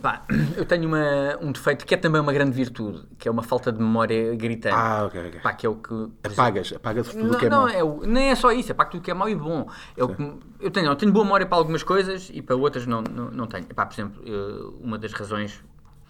um defeito que é também uma grande virtude, que é uma falta de memória gritante. Ok. Pá, que é o que... Apagas tudo o que é mau. Nem é só isso, é para tudo que é mau e bom. Eu tenho boa memória para algumas coisas e para outras não tenho. Epá, por exemplo, uma das razões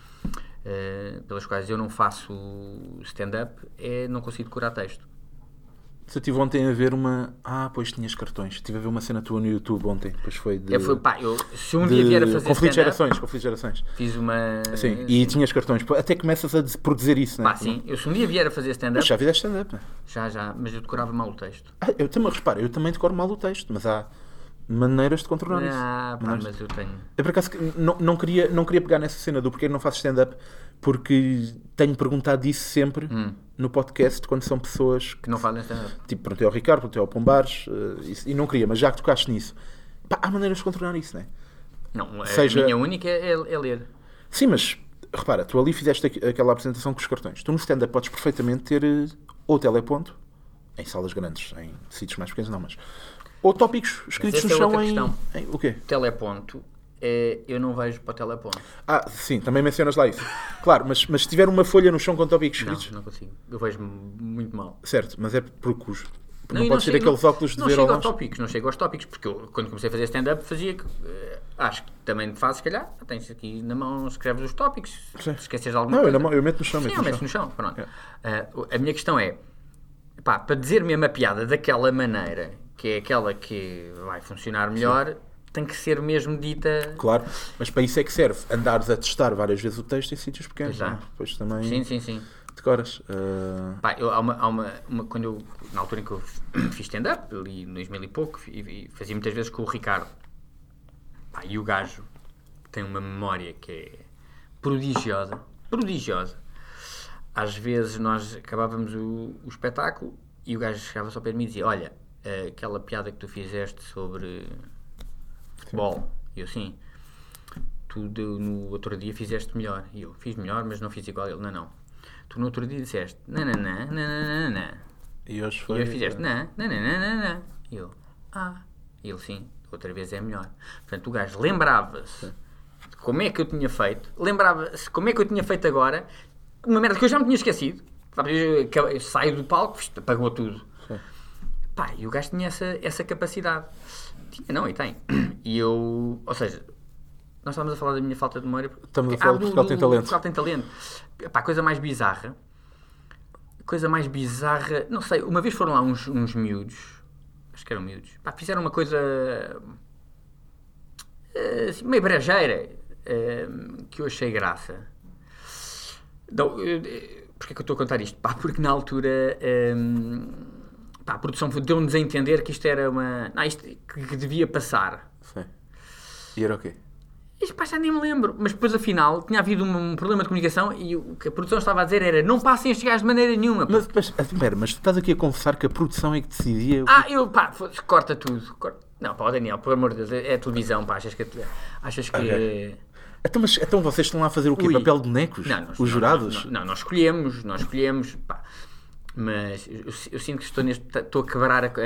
pelas quais eu não faço stand-up é não consigo decorar texto. Se eu estive ontem a ver uma... pois tinhas cartões. Estive a ver uma cena tua no YouTube ontem. Depois foi de... Se um dia vier a fazer conflito de stand-up... gerações. Fiz uma... Sim, e tinhas cartões. Até começas por dizer isso, não é? Pá, sim. Se um dia vier a fazer stand-up... Mas já fizeste stand-up, não é? Já, mas eu decorava mal o texto. Eu também decoro mal o texto, mas há maneiras de contornar isso. Mas eu tenho... Eu por acaso não queria pegar nessa cena do porquê não faço stand-up, porque tenho perguntado isso sempre no podcast quando são pessoas Que não fazem stand-up. tipo, perguntei ao Ricardo, perguntei ao Pombares, e não queria, mas já que tocaste nisso, pá, há maneiras de contornar isso, não é? Não, Seja- a minha única é ler. Sim, mas repara, tu ali fizeste aquela apresentação com os cartões. Tu no stand-up podes perfeitamente ter ou teleponto, em salas grandes, em sítios mais pequenos não, mas... Ou tópicos escritos essa no é chão outra em... questão. O quê? Teleponto, eu não vejo para o teleponto. Sim, também mencionas lá isso. Claro, mas se tiver uma folha no chão com tópicos escritos... Não consigo. Eu vejo muito mal. Certo, mas é porque não e podes ter chego- aqueles óculos de não ver chego ao aos longe. tópicos, não chego aos tópicos, porque eu, quando comecei a fazer stand-up, fazia que... acho que também fazes, se calhar, tens aqui na mão, escreves os tópicos, Sim. se esqueces de alguma Não, coisa. eu meto no chão. Sim, eu meto no chão, pronto. É. A minha questão é, pá, para dizer mesmo a piada daquela maneira, que é aquela que vai funcionar melhor, tem que ser mesmo dita... Claro, mas para isso é que serve andares a testar várias vezes o texto em sítios pequenos. Pois é. Não é? Depois também Sim. decoras. Pá, quando eu, na altura em que eu fiz stand-up, ali em 2000 e pouco, e fazia muitas vezes com o Ricardo. Pá, e o gajo tem uma memória que é prodigiosa. Às vezes nós acabávamos o espetáculo e o gajo chegava só para mim e dizia: olha, aquela piada que tu fizeste sobre futebol. E eu, sim, tu no outro dia fizeste melhor. E eu, fiz melhor, mas não fiz igual. Ele, não. Tu no outro dia disseste nananã. E hoje E foi. hoje fizeste nananã. E eu, E ele, sim, outra vez é melhor. Portanto, o gajo lembrava-se de como é que eu tinha feito, lembrava-se como é que eu tinha feito agora, uma merda que eu já me tinha esquecido. Eu saio do palco, apagou tudo. Sim. Pá, e o gajo tinha essa capacidade. E tem. E eu, ou seja, nós estávamos a falar da minha falta de memória. Estamos a falar do Portugal Tem Talento. Portugal Tem Talento. Pá, coisa mais bizarra, não sei, uma vez foram lá uns miúdos, acho que eram miúdos, pá, fizeram uma coisa assim, meio brejeira, que eu achei graça. Porquê que eu estou a contar isto? Pá, porque na altura a produção deu-nos a entender que isto era isto que devia passar. Sim. E era o quê? Isto, pá, já nem me lembro, mas depois afinal tinha havido um problema de comunicação e o que a produção estava a dizer era: não passem estes gajos de maneira nenhuma. Mas tu estás aqui a confessar que a produção é que decidia. Corta tudo. Não, pá, Daniel, por amor de Deus, é televisão, pá, achas que Okay. Então vocês estão lá a fazer o quê? Ui. Papel de bonecos? Os jurados? Não, nós escolhemos, pá. Mas eu sinto que estou a quebrar a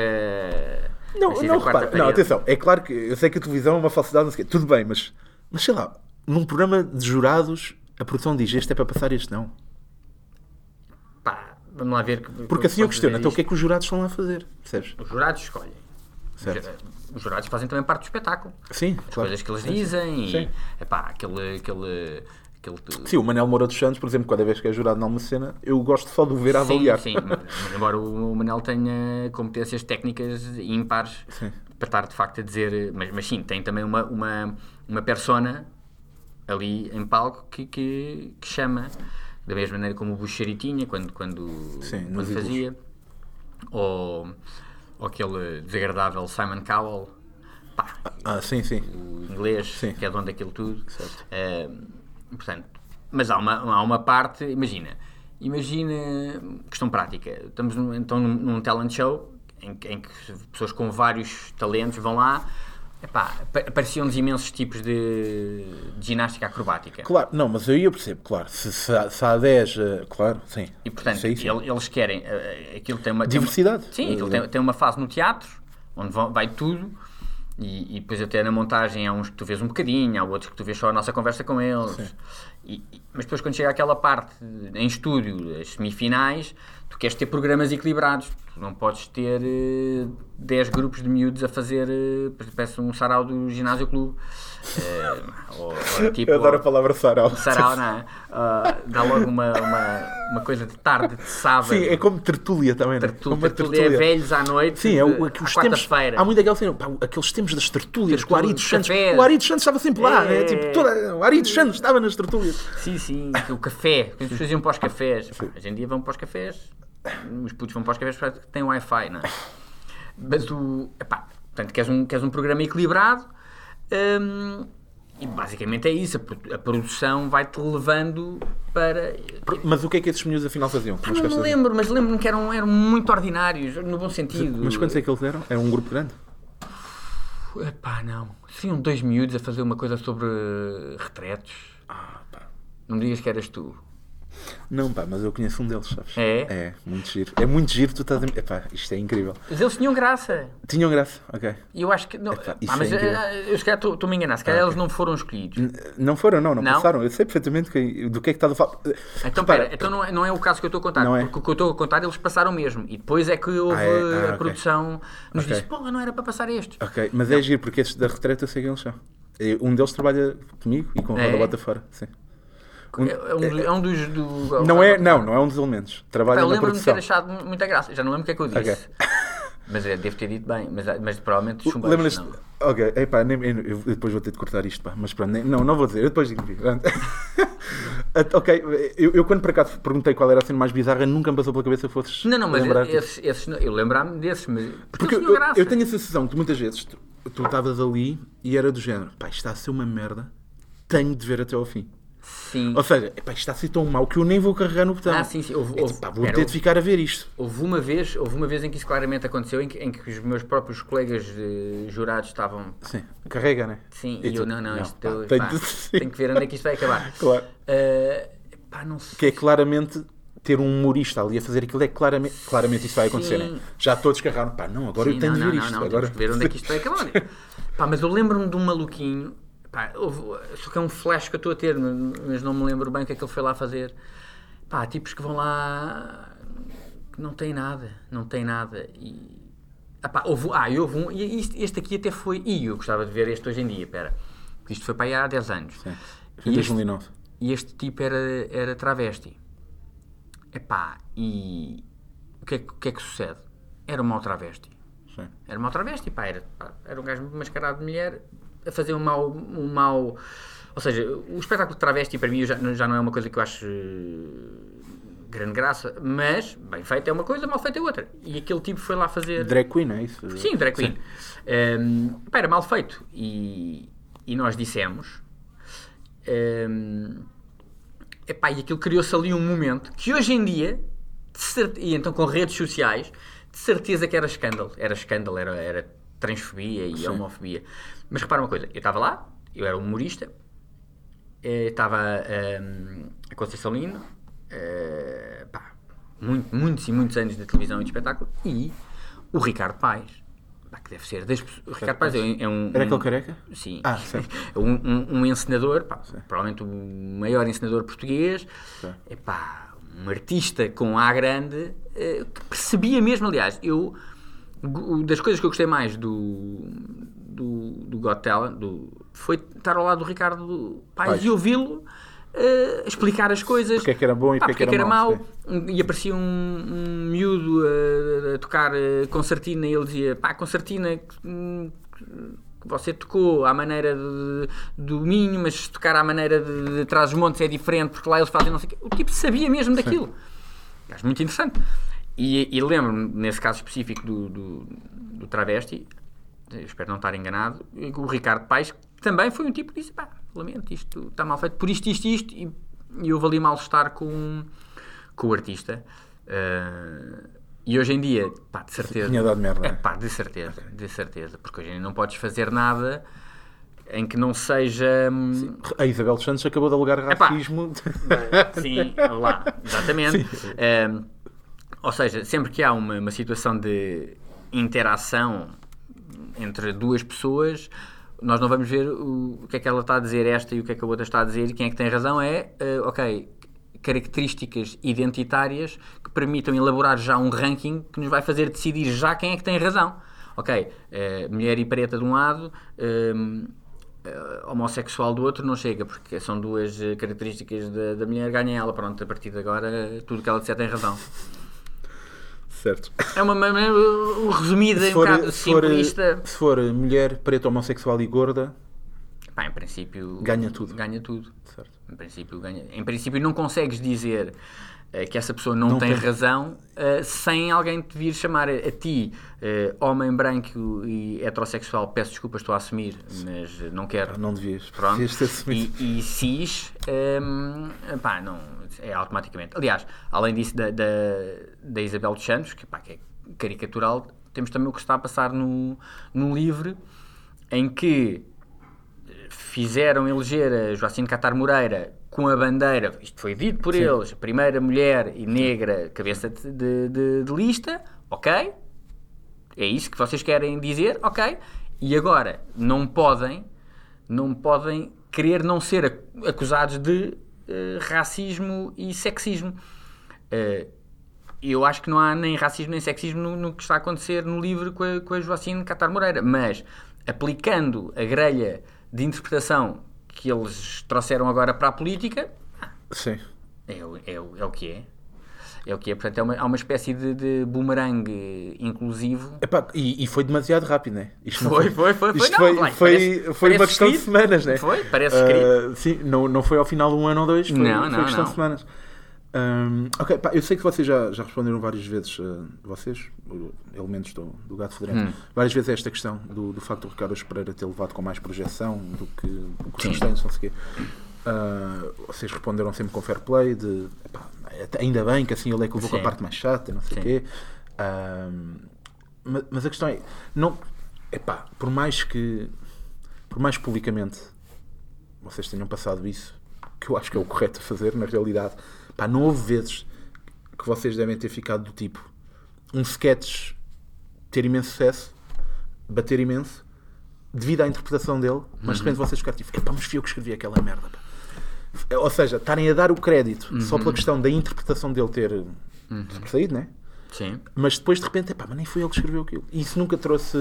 Não, atenção, é claro que eu sei que a televisão é uma falsidade, não sei o quê, tudo bem, mas sei lá, num programa de jurados, a produção diz: este é para passar, este não. Pá, vamos lá ver. Porque assim eu questiono, então o que é que os jurados estão lá a fazer? Percebes? Os jurados escolhem. Certo. Os jurados fazem também parte do espetáculo. Sim, As claro. coisas que eles dizem Sim. e epá, aquele Sim, o Manel Moura dos Santos, por exemplo, cada vez que é jurado numa cena, eu gosto só de o ver a avaliar. Sim, mas embora o Manel tenha competências técnicas ímpares para estar de facto a dizer, mas sim, tem também uma persona ali em palco que chama, da mesma maneira como o Buxeri tinha quando fazia, ou aquele desagradável Simon Cowell, sim. o inglês, que é dono daquilo tudo. Portanto, mas há uma parte, imagina, questão prática, estamos então num talent show em que pessoas com vários talentos vão lá. Apareciam-nos imensos tipos de ginástica acrobática. Claro, não, mas aí eu percebo, claro, se há 10, claro, sim. E portanto, eles querem, aquilo tem uma... Diversidade. Sim, aquilo tem uma fase no teatro, onde vai tudo, e depois até na montagem há uns que tu vês um bocadinho, há outros que tu vês só a nossa conversa com eles. Mas depois quando chega àquela parte em estúdio, as semifinais, tu queres ter programas equilibrados. Tu não podes ter 10 grupos de miúdos a fazer, parece um sarau do ginásio clube. Eu adoro a palavra sarau. Sarau, não é? Dá logo uma coisa de tarde, de sábado. Sim, é como tertúlia também, não é? Tertúlia é velhos à noite, sim, os quarta-feira. Há muito aquela cena, aqueles tempos das tertúlias, com o Ari dos Santos. O Ari dos Santos estava sempre lá, né? Tipo, o Ari dos Santos estava nas tertúlias. Sim, o café, as pessoas iam para os cafés. Hoje em dia vão para os cafés, os putos vão para os cafés porque têm Wi-Fi, não é? Mas portanto, queres um programa equilibrado, e basicamente é isso, a produção vai-te levando para... Mas o que é que esses miúdos afinal faziam? Não me lembro, mas lembro-me que eram muito ordinários, no bom sentido. Mas quantos é que eles eram? Era um grupo grande? Não. Seriam 2 miúdos a fazer uma coisa sobre retratos. Não me digas que eras tu. Não, mas eu conheço um deles, sabes? É, muito giro. É muito giro, tu estás a... isto é incrível. Mas eles tinham graça. Tinham graça, ok. E eu acho que... Não, mas eu se calhar estou-me a enganar. Se calhar eles não foram escolhidos. Não foram, não passaram. Eu sei perfeitamente do que é que estás a falar. Então, então não é o caso que eu estou a contar. Não é? Porque o que eu estou a contar eles passaram mesmo. E depois é que houve a produção nos disse, não era para passar estes. Ok, mas é giro, porque estes da retreta eu sei quem eles são. Um deles trabalha comigo e com a Roda Bota Fora, sim. É um dos... Não é um dos elementos. Trabalha na produção. Eu lembro-me de ter achado muita graça. Já não lembro o que é que eu disse. Mas devo ter dito bem. Mas provavelmente chumbeiros, não. Ok, eu depois vou ter de cortar isto, mas pronto, não vou dizer. Eu depois digo. Ok, eu quando por acaso perguntei qual era a cena mais bizarra, nunca me passou pela cabeça que fosses lembrar. Esses, eu lembrar-me desses, mas... Porque eu tenho a sensação que muitas vezes tu estavas ali e era do género, isto está a ser uma merda, tenho de ver até ao fim. Sim. Ou seja, isto está a ser tão mau que eu nem vou carregar no botão. Sim. Vou ter de ficar a ver isto. Houve uma vez em que isso claramente aconteceu, em que os meus próprios colegas jurados estavam... Sim, carrega, né? Sim, e eu, tenho que ver onde é que isto vai acabar. Claro. Não sei. Que é claramente ter um humorista ali a fazer aquilo, claramente isso vai acontecer, né? Já todos carregaram, agora eu tenho de ver isto. Agora... temos que ver onde é que isto vai acabar. Mas eu lembro-me de um maluquinho... só que é um flash que eu estou a ter, mas não me lembro bem o que é que ele foi lá fazer. Tipos que vão lá que não têm nada. E houve um, e este aqui até foi, e eu gostava de ver este hoje em dia, porque isto foi para aí há 10 anos. Sim. E este tipo era travesti. E o que é que sucede? Era um mau travesti. Sim. Era um mau travesti, era um gajo mascarado de mulher a fazer um mau... Ou seja, o espetáculo de travesti para mim já não é uma coisa que eu acho grande graça, mas bem feito é uma coisa, mal feito é outra. E aquele tipo foi lá fazer... Drag queen, é isso? Sim, drag queen. Era mal feito. E nós dissemos... e aquilo criou-se ali um momento que hoje em dia, e então com redes sociais, de certeza que era escândalo. Era transfobia e homofobia. Mas repara uma coisa, eu estava lá, eu era humorista, estava a Conceição Lino, muitos e muitos anos de televisão e de espetáculo, e o Ricardo Paes, que deve ser o Ricardo Paes é um... Era aquele careca? Sim. Certo. um encenador, provavelmente o maior encenador português, um artista com A grande, que percebia mesmo, aliás, das coisas que eu gostei mais do Got Talent foi estar ao lado do Ricardo Paes e ouvi-lo explicar as coisas. Porque é que era bom e porque é que era mau. E aparecia um miúdo a tocar concertina e ele dizia, concertina que você tocou à maneira do Minho, mas se tocar à maneira de Trás-os-Montes é diferente, porque lá eles fazem não sei o quê. O tipo sabia mesmo daquilo. Acho muito interessante. E lembro-me, nesse caso específico do travesti, espero não estar enganado, o Ricardo Paes, que também foi um tipo que disse, lamento, isto está mal feito, por isto, e houve ali mal-estar com o artista. E hoje em dia, de certeza... Tinha dado merda, de certeza, de certeza, porque hoje em dia não podes fazer nada em que não seja... Sim. A Isabel Santos acabou de alegar racismo. Sim, lá, exatamente. Ou seja, sempre que há uma situação de interação entre duas pessoas, nós não vamos ver o que é que ela está a dizer esta e o que é que a outra está a dizer, e quem é que tem razão características identitárias que permitam elaborar já um ranking que nos vai fazer decidir já quem é que tem razão. Mulher e preta de um lado, homossexual do outro, não chega, porque são duas características da mulher, ganha ela, pronto, a partir de agora tudo que ela disser tem razão. Certo. É uma resumida, um bocado simplista. Se for mulher, preta, homossexual e gorda, em princípio ganha tudo. Certo. Em princípio não consegues dizer que essa pessoa não tem razão sem alguém te vir chamar a ti, homem branco e heterossexual, peço desculpa, estou a assumir, mas não quero. Não devias. Pronto. Devias ter assumido. E cis, não, é automaticamente. Aliás, além disso da Isabel dos Santos, que é caricatural, temos também o que está a passar no livro, em que fizeram eleger a Joacine Catar Moreira com a bandeira, isto foi dito por eles, a primeira mulher e negra cabeça de lista, ok, é isso que vocês querem dizer, ok, e agora não podem querer não ser acusados de racismo e sexismo. Eu acho que não há nem racismo nem sexismo no que está a acontecer no livro com a Joacine Catar Moreira, mas aplicando a grelha de interpretação que eles trouxeram agora para a política, sim. É o que é. É o que é, portanto, há uma espécie de boomerang inclusivo. E foi demasiado rápido, não é? Isto Foi uma questão de semanas, não é? Foi, parece escrito. Sim, não foi ao final de um ano ou dois, foi questão de semanas. Eu sei que vocês já responderam várias vezes, vocês, elementos do Gato Fedorento, várias vezes a esta questão do facto do Ricardo Pereira ter levado com mais projeção do que os restantes, não sei o quê. Vocês responderam sempre com fair play, ainda bem que assim ele é que levou com a parte mais chata, não sei o quê. Mas a questão é, por mais publicamente vocês tenham passado isso, que eu acho que é o correto a fazer, na realidade, não houve vezes que vocês devem ter ficado do tipo um sketch ter imenso sucesso, bater imenso, devido à interpretação dele, mas de repente vocês ficaram tipo, mas fui eu que escrevi aquela merda. Ou seja, estarem a dar o crédito só pela questão da interpretação dele ter saído, né? Sim. Mas depois de repente, mas nem foi ele que escreveu aquilo. E isso nunca trouxe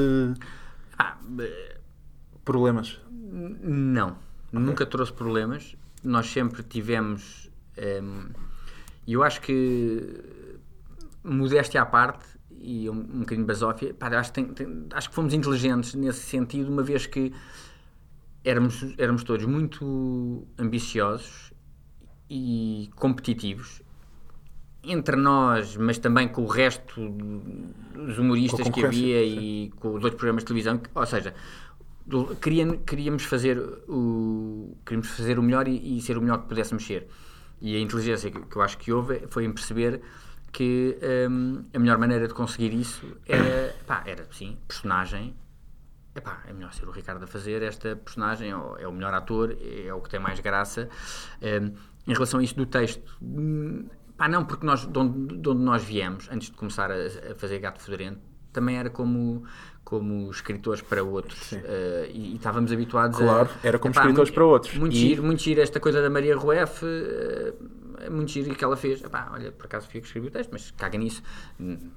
problemas? Não, nunca trouxe problemas. Nós sempre tivemos, e eu acho que, modéstia à parte, e um bocadinho basófia, acho que fomos inteligentes nesse sentido, uma vez que éramos todos muito ambiciosos e competitivos entre nós, mas também com o resto dos humoristas que havia e com os outros programas de televisão, ou seja, queríamos fazer o melhor e ser o melhor que pudéssemos ser. E a inteligência que eu acho que houve foi em perceber que a melhor maneira de conseguir isso era sim, personagem. É melhor ser o Ricardo a fazer esta personagem, é o melhor ator, é o que tem mais graça. Em relação a isso do texto, não, porque nós, de onde nós viemos, antes de começar a fazer Gato Fedorento, também era como escritores para outros, e estávamos habituados Claro, era como escritores para outros. Muito giro esta coisa da Maria Rueff, muito giro que ela fez. Olha, por acaso fui eu que escrevi o texto, mas caga nisso.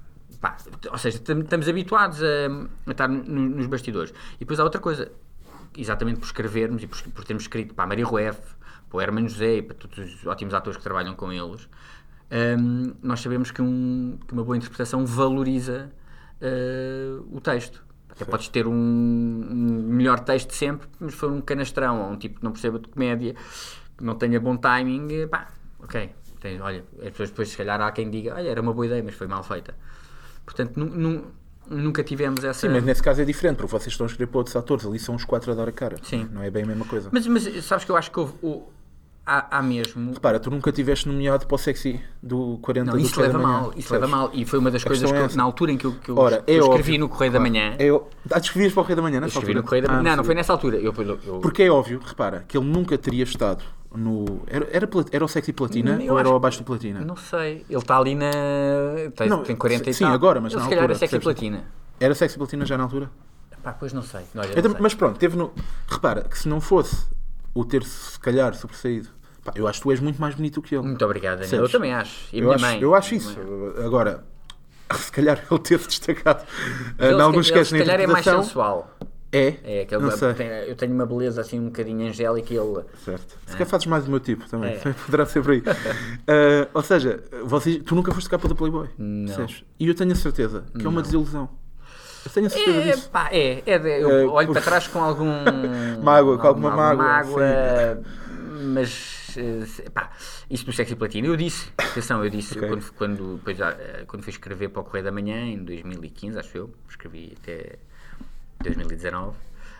Ou seja, estamos habituados a estar nos bastidores. E depois há outra coisa, exatamente por escrevermos e por termos escrito para a Maria Rueff, para o Hermano José e para todos os ótimos atores que trabalham com eles, nós sabemos que uma boa interpretação valoriza o texto. Até podes ter um melhor texto sempre, mas se for um canastrão ou um tipo que não perceba de comédia, que não tenha bom timing, pá, ok. Olha, as pessoas depois, se calhar, há quem diga, olha, era uma boa ideia, mas foi mal feita. Portanto, nunca tivemos essa... Sim, mas nesse caso é diferente, porque vocês estão a escrever para outros atores, ali são os 4 a dar a cara. Sim. Não é bem a mesma coisa. Mas sabes que eu acho que há mesmo... Repara, tu nunca tiveste nomeado para o Sexy do 40 Não, do isso Correio da leva Manhã. mal, isso leva mal. E foi uma das coisas questão é que, essa. na altura em que eu Ora, é escrevi óbvio, no Correio da Manhã... escrevias para o Correio da Manhã Eu nessa escrevi altura? no Correio da Manhã. Não foi nessa altura. Eu... Porque é óbvio, repara, que ele nunca teria estado no... Era o Sexy Platina Eu ou era acho o abaixo do Platina? Não sei. Ele está ali na... Não, tem 40 e sim, tal. agora, mas ele, na se calhar altura, é Sexy percebes? Platina. Era Sexy Platina já na altura? Pá, pois não sei. Olha, Eu não também- sei. mas pronto, teve no... Repara, que se não fosse o ter se calhar sobressaído, pá, eu acho que tu és muito mais bonito que ele. Muito obrigado, Daniel. Percebes? Eu também acho. E a Eu minha acho, mãe. eu acho A minha isso. mãe. Agora, se calhar ele ter-se destacado Ele, em alguns se sketches na calhar é mais interpretação. sensual. É, Aquele, não sei. eu tenho uma beleza assim um bocadinho angélica e ele... Certo. Se calhar fazes mais do meu tipo também. É. Também poderá ser por aí. Ou seja, tu nunca foste capa da Playboy. Não. Percebes? E eu tenho a certeza que é uma desilusão. Eu tenho a certeza disso. Pá, eu olho para trás com algum... Mágoa, com alguma mágoa, mas... Pá, isso do Sexy Platina, eu disse, atenção, eu disse, Ok. quando fui escrever para o Correio da Manhã, em 2015, acho eu, escrevi até 2019,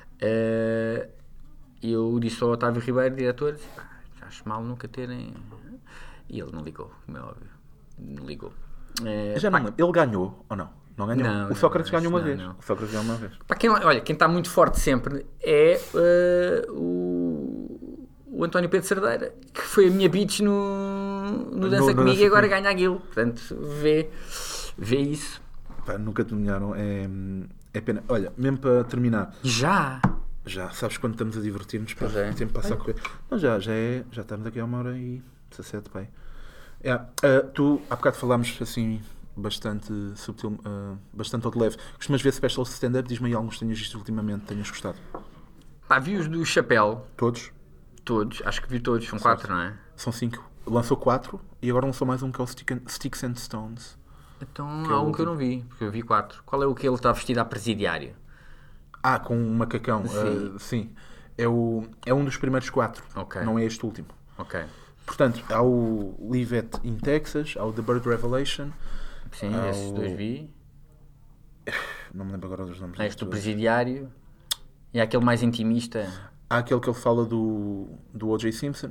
eu disse ao Otávio Ribeiro, diretor, disse, pá, acho mal nunca terem... E ele não ligou, como é óbvio, não ligou. Já não Pá, lembro. Ele ganhou ou não? Não ganhou? Não, O Sócrates não, ganhou uma não, vez. não. O Sócrates ganhou uma vez. Pá, quem está muito forte sempre é o António Pedro Cerdeira, que foi a minha bitch no Dança No Comigo Dança e agora Comigo. ganha aquilo. Portanto, vê isso. Pá, nunca te nomearam. É pena. Olha, mesmo para terminar. Já! Já, sabes quando estamos a divertir-nos? Pá, Pois é. o tempo passa a correr. Não, já estamos aqui a 1h17, pai. Tu, há bocado falámos assim, bastante subtil, bastante ao de leve. Costumas ver specials de stand-up? Diz-me aí alguns que tenhas visto ultimamente, tenhas gostado. Pá, vi os do Chapéu, Todos? todos, acho que vi todos, são 4, não é? São 5. Lançou 4 e agora lançou mais um que é o Sticks and Stones. Então Que é há o um que eu não vi, porque eu vi 4. Qual é o que ele está vestido a presidiário? Com um macacão. Sim. É um dos primeiros 4. Ok. Não é este último. Ok. Portanto, há o Live It in Texas, há o The Bird Revelation. Sim, esses dois vi. Não me lembro agora dos nomes. Este do dos dois. presidiário. E há aquele mais intimista. Há aquele que ele fala do O.J. Simpson.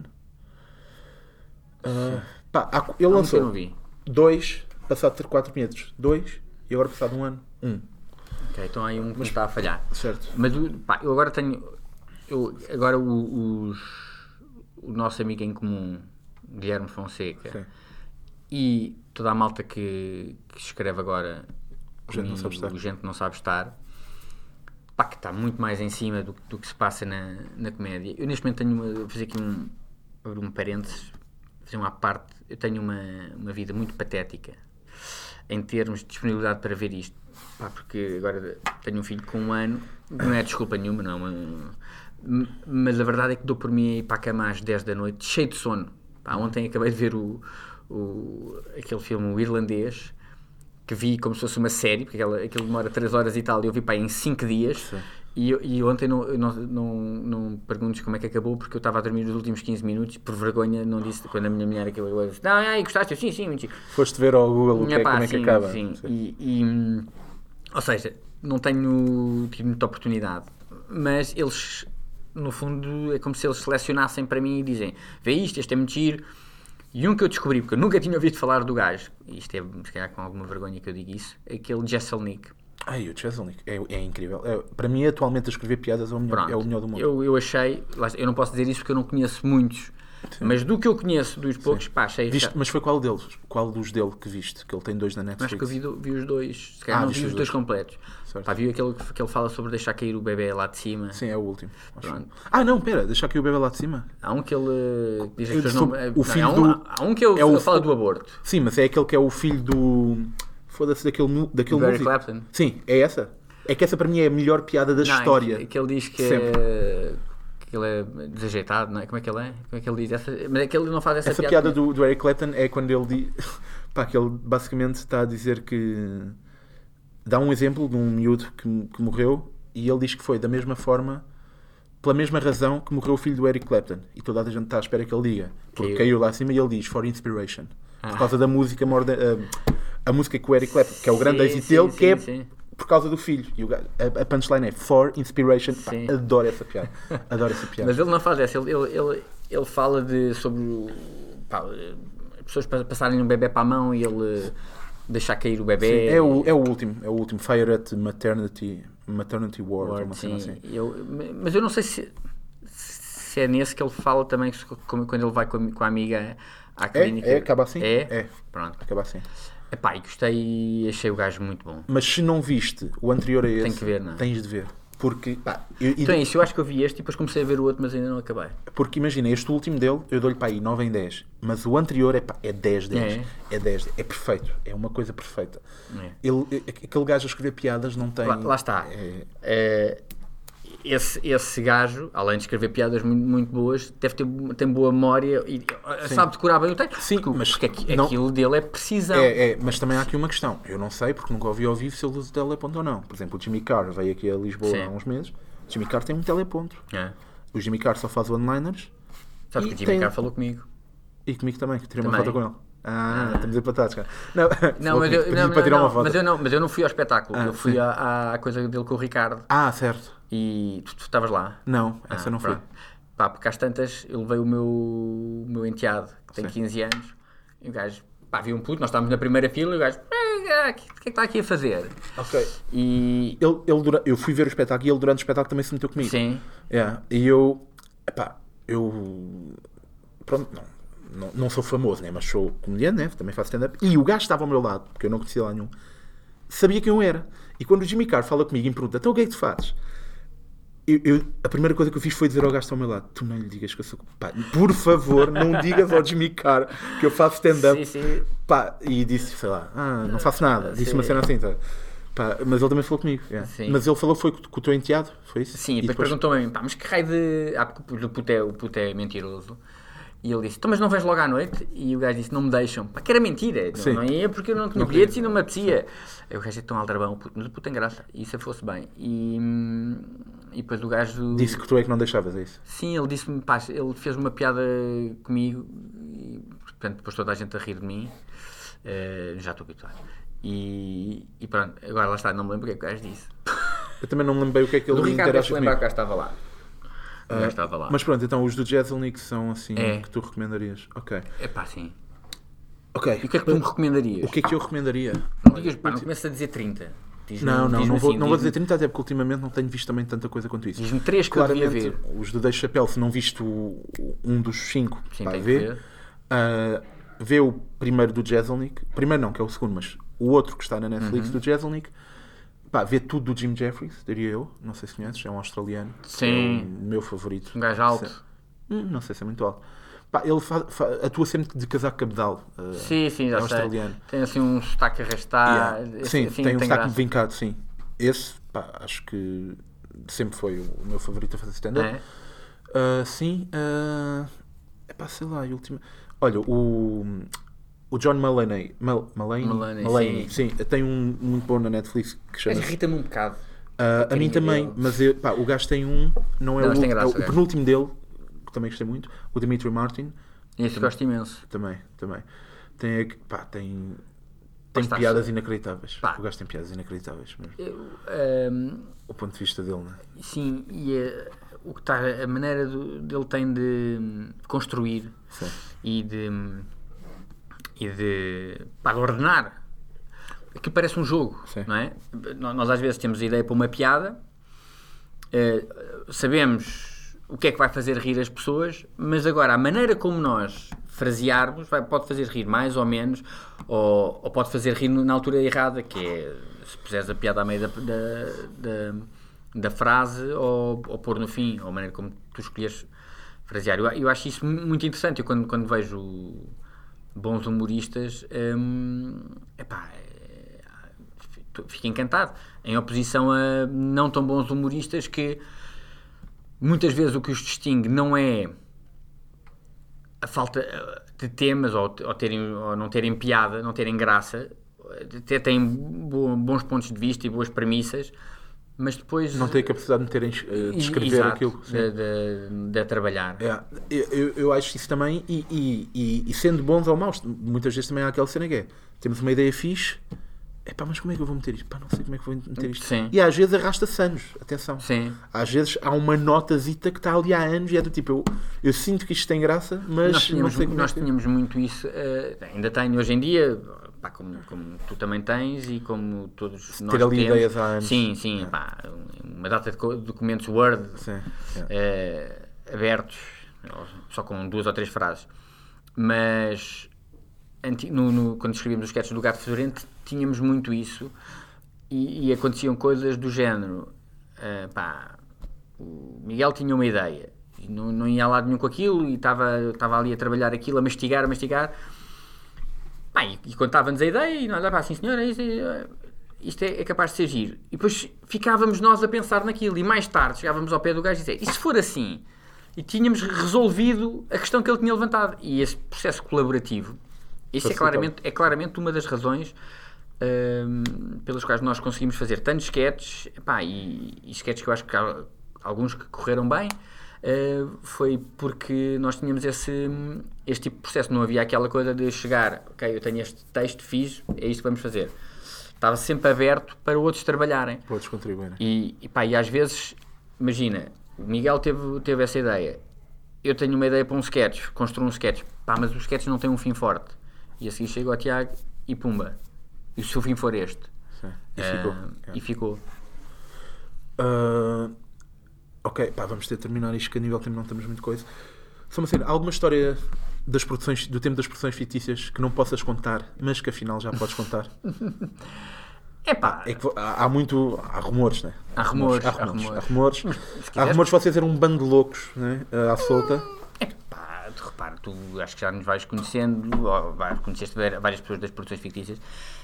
Ele Há um que eu lançou não vi. 2, passado de ter 4 meses. 2, e agora passado um ano, 1. Ok, então há aí um que me está a falhar. Certo. Mas pá, eu agora tenho. Agora o nosso amigo em comum, Guilherme Fonseca, Sim. e toda a malta que escreve agora Gente Não Sabe Estar. o Gente Não Sabe Estar, pá, que está muito mais em cima do que se passa na comédia. Eu neste momento tenho vou fazer aqui abrir um parênteses, fazer uma parte. Eu tenho uma vida muito patética em termos de disponibilidade para ver isto. Pá, porque agora tenho um filho com 1 ano, não é desculpa nenhuma, não é mas a verdade é que dou por mim a ir para a cama às 10 da noite, cheio de sono. Pá, ontem acabei de ver aquele filme, O Irlandês, que vi como se fosse uma série, porque aquilo demora 3 horas e tal, e eu vi para aí em 5 dias. Sim. E ontem não perguntes como é que acabou, porque eu estava a dormir os últimos 15 minutos, por vergonha não disse, quando a minha mulher aquilo, eu disse, não, gostaste? Eu, sim, mentira. Foste ver ao Google como é que acaba. Sim. Sim. Ou seja, não tenho tido muita oportunidade, mas eles, no fundo, é como se eles selecionassem para mim e dizem, vê isto, este é muito giro. E um que eu descobri, porque eu nunca tinha ouvido falar do gajo, e isto é, se calhar com alguma vergonha que eu digo isso, é aquele Jesselnik. O Cheselnik é incrível. Para mim, atualmente, a escrever piadas é o melhor, Pronto, é o melhor do mundo. eu achei, eu não posso dizer isso porque eu não conheço muitos, mas do que eu conheço dos poucos, pá, achei... Mas foi qual deles? Qual dos dele que viste? Que ele tem 2 na Netflix. Acho que eu vi os dois, se calhar não viste vi os os dois dois. completos. Certo. Pá, vi aquele que ele fala sobre deixar cair o bebê lá de cima. Sim, é o último. Acho. Pronto. Não, pera, deixa aqui o bebê lá de cima. Há um que ele diz as Eu pessoas sou- não... o filho há um que ele fala do aborto. Sim, mas é aquele que é o filho do... Foda-se, daquele Do Gary músico. Clapton. Sim, é essa? É que essa para mim é a melhor piada da história. Que ele diz que que ele é desajeitado, não é? Como é que ele é? Como é que ele diz? Mas é que ele não faz essa piada do Eric Clapton é quando ele diz... Pá, que ele basicamente está a dizer que... Dá um exemplo de um miúdo que morreu e ele diz que foi da mesma forma, pela mesma razão que morreu o filho do Eric Clapton. E toda a gente está à espera que ele diga. Porque caiu lá acima e ele diz, for inspiration. Por causa da música, a música que o Eric Clapton, que é o grande êxito dele, que é por causa do filho. E a punchline é for inspiration. Pá, adoro essa piada. Mas ele não faz essa. Ele fala sobre pessoas passarem um bebê para a mão e ele deixar cair o bebê. Sim, é o último. Fire at Maternity Ward. Uma cena assim. Mas eu não sei se é nesse que ele fala também, quando ele vai com a amiga à clínica. Acaba assim? Pronto. Acaba assim. Epá, e gostei, achei o gajo muito bom. Mas se não viste o anterior a esse, tem que ver, não é? Tens de ver. Porque, então é isso, eu acho que eu vi este e depois comecei a ver o outro, mas ainda não acabei. Porque imagina, este último dele, eu dou-lhe para aí 9 em 10, mas o anterior é 10, 10. É 10, é perfeito, é uma coisa perfeita. Aquele gajo a escrever piadas não tem... Lá está. Esse gajo, além de escrever piadas muito, muito boas, tem boa memória e sabe decorar bem o texto. Sim, porque aquilo dele é precisão. Mas também há aqui uma questão. Eu não sei, porque nunca ouvi ao vivo se ele usa teleponto ou não. Por exemplo, o Jimmy Carr veio aqui a Lisboa há uns meses. O Jimmy Carr tem um teleponto. O Jimmy Carr só faz one-liners. Sabes que o Jimmy Carr falou comigo. E comigo também, que tirei uma foto com ele. Estamos empatados, cara. Mas eu não fui ao espetáculo. Eu fui à coisa dele com o Ricardo. Certo. E tu estavas lá? Não, essa não foi. Porque às tantas eu levei o meu enteado, que tem 15 anos, e o gajo, viu um puto, nós estávamos na primeira fila, e o gajo, o que é que está aqui a fazer? Ok. E... eu fui ver o espetáculo e ele durante o espetáculo também se meteu comigo. Sim. E eu pronto, não sou famoso, né? Mas sou comediante, né? Também faço stand-up. E o gajo estava ao meu lado, porque eu não conhecia lá nenhum, sabia quem eu era. E quando o Jimmy Carr fala comigo e me pergunta, então o que é que tu fazes? A primeira coisa que eu fiz foi dizer ao gajo ao meu lado, tu não lhe digas que eu sou... por favor, não digas ao Jimmy Carr que eu faço stand-up. Sim. E disse, sei lá, não faço nada. Disse uma cena assim, tá? Mas ele também falou comigo. Mas ele falou foi com o teu enteado, foi isso? Sim, e depois perguntou-me, mas que raio de... porque o puto é mentiroso. E ele disse, então mas não vens logo à noite? E o gajo disse, não me deixam. Que era mentira. Não ia porque eu não tinha bilhetes e não me apetecia. Aí o gajo é tão aldrabão, mas o puto tem graça. E se eu fosse bem. E depois o gajo... Disse que tu é que não deixavas, é isso? Sim, ele disse-me, ele fez uma piada comigo. E, portanto, depois toda a gente a rir de mim. Já estou habituado. E pronto, agora lá está, não me lembro o que é que o gajo disse. Eu também não me lembro bem o que é que ele interage comigo. Do Ricardo, lembrar que o gajo estava lá. Estava lá. Mas pronto, então os do Jezelnik são assim que tu recomendarias? Ok. Sim. Ok. E o que é que tu me recomendarias? O que é que eu recomendaria? Não digas, não começas a dizer 30. Não vou dizer 30, até porque ultimamente não tenho visto também tanta coisa quanto isso. Diz-me 3 que eu devia ver. Os do Dave Chappelle, se não viste um dos 5, vê. Vê o primeiro do Jezelnik. Primeiro não, que é o segundo, mas o outro que está na Netflix do Jezelnik. Vê tudo do Jim Jeffries, diria eu. Não sei se conheces, é um australiano. Sim. É o meu favorito. Um gajo alto. Não sei se é muito alto. Ele atua sempre de casaco cabedal. Sim, já é sei. Australiano. Tem assim um sotaque arrastado. Sim, tem um sotaque vincado, sim. Esse, acho que sempre foi o meu favorito a fazer stand-up. Sim. Sei lá, olha, o John Mulaney, sim, tem um muito bom na Netflix que chama... Irrita-me um bocado. A mim também, mas o gajo tem não é o penúltimo dele, que também gostei muito, o Dimitri Martin. Esse gosto imenso. Também. Tem piadas inacreditáveis. O gajo tem piadas inacreditáveis mesmo. O ponto de vista dele, não é? Sim, e a maneira dele tem de construir e de ordenar. Aquilo parece um jogo, não é? Nós às vezes temos a ideia para uma piada, sabemos o que é que vai fazer rir as pessoas, mas agora a maneira como nós frasearmos pode fazer rir mais ou menos, ou pode fazer rir na altura errada, que é se puseres a piada à meio da frase ou pôr no fim, ou a maneira como tu escolheres frasear. Eu acho isso muito interessante. Eu quando vejo bons humoristas, fico encantado. Em oposição a não tão bons humoristas que muitas vezes o que os distingue não é a falta de temas ou não terem piada, não terem graça, até têm bons pontos de vista e boas premissas, mas depois... Não tem a capacidade de terem de escrever exato, aquilo. de trabalhar. Eu acho isso também, e sendo bons ou maus, muitas vezes também há aquela cena que é, temos uma ideia fixe, mas como é que eu vou meter isto? Não sei como é que vou meter isto. Sim. E às vezes arrasta-se anos, atenção. Sim. Às vezes há uma notazita que está ali há anos e é do tipo, eu sinto que isto tem graça, mas não sei como nós tínhamos muito isso, ainda tenho hoje em dia, como tu também tens e como todos nós ter ali temos. Ideias há anos. Sim, uma data de documentos Word abertos, só com 2 ou 3 frases. Mas quando escrevíamos os sketches do Gato Fedorento, tínhamos muito isso e aconteciam coisas do género. O Miguel tinha uma ideia, não ia a lado nenhum com aquilo e estava ali a trabalhar aquilo, a mastigar. E contava-nos a ideia e nós, assim senhora, isto é capaz de ser giro. E depois ficávamos nós a pensar naquilo e mais tarde chegávamos ao pé do gajo e dizia, e se for assim? E tínhamos resolvido a questão que ele tinha levantado. E esse processo colaborativo, isso é claramente uma das razões pelas quais nós conseguimos fazer tantos sketches, e sketches que eu acho que há alguns que correram bem, foi porque nós tínhamos este tipo de processo. Não havia aquela coisa de chegar, ok, eu tenho este texto, fiz, é isto que vamos fazer. Estava sempre aberto para outros trabalharem. Para outros contribuírem. E às vezes, imagina, o Miguel teve essa ideia. Eu tenho uma ideia para um sketch, construo um sketch, mas o sketch não tem um fim forte. E assim chego ao Tiago e pumba. E se o fim for este? Sim. E ficou. Ok, vamos ter de terminar isto, que a nível de tempo não temos muita coisa. Só uma cena, há alguma história do tempo das produções fictícias que não possas contar, mas que afinal já podes contar? É que há rumores, né? Há rumores. Há rumores de vocês serem um bando de loucos, né? À solta. Repara, tu acho que já nos vais conhecendo, conheceste várias pessoas das produções fictícias.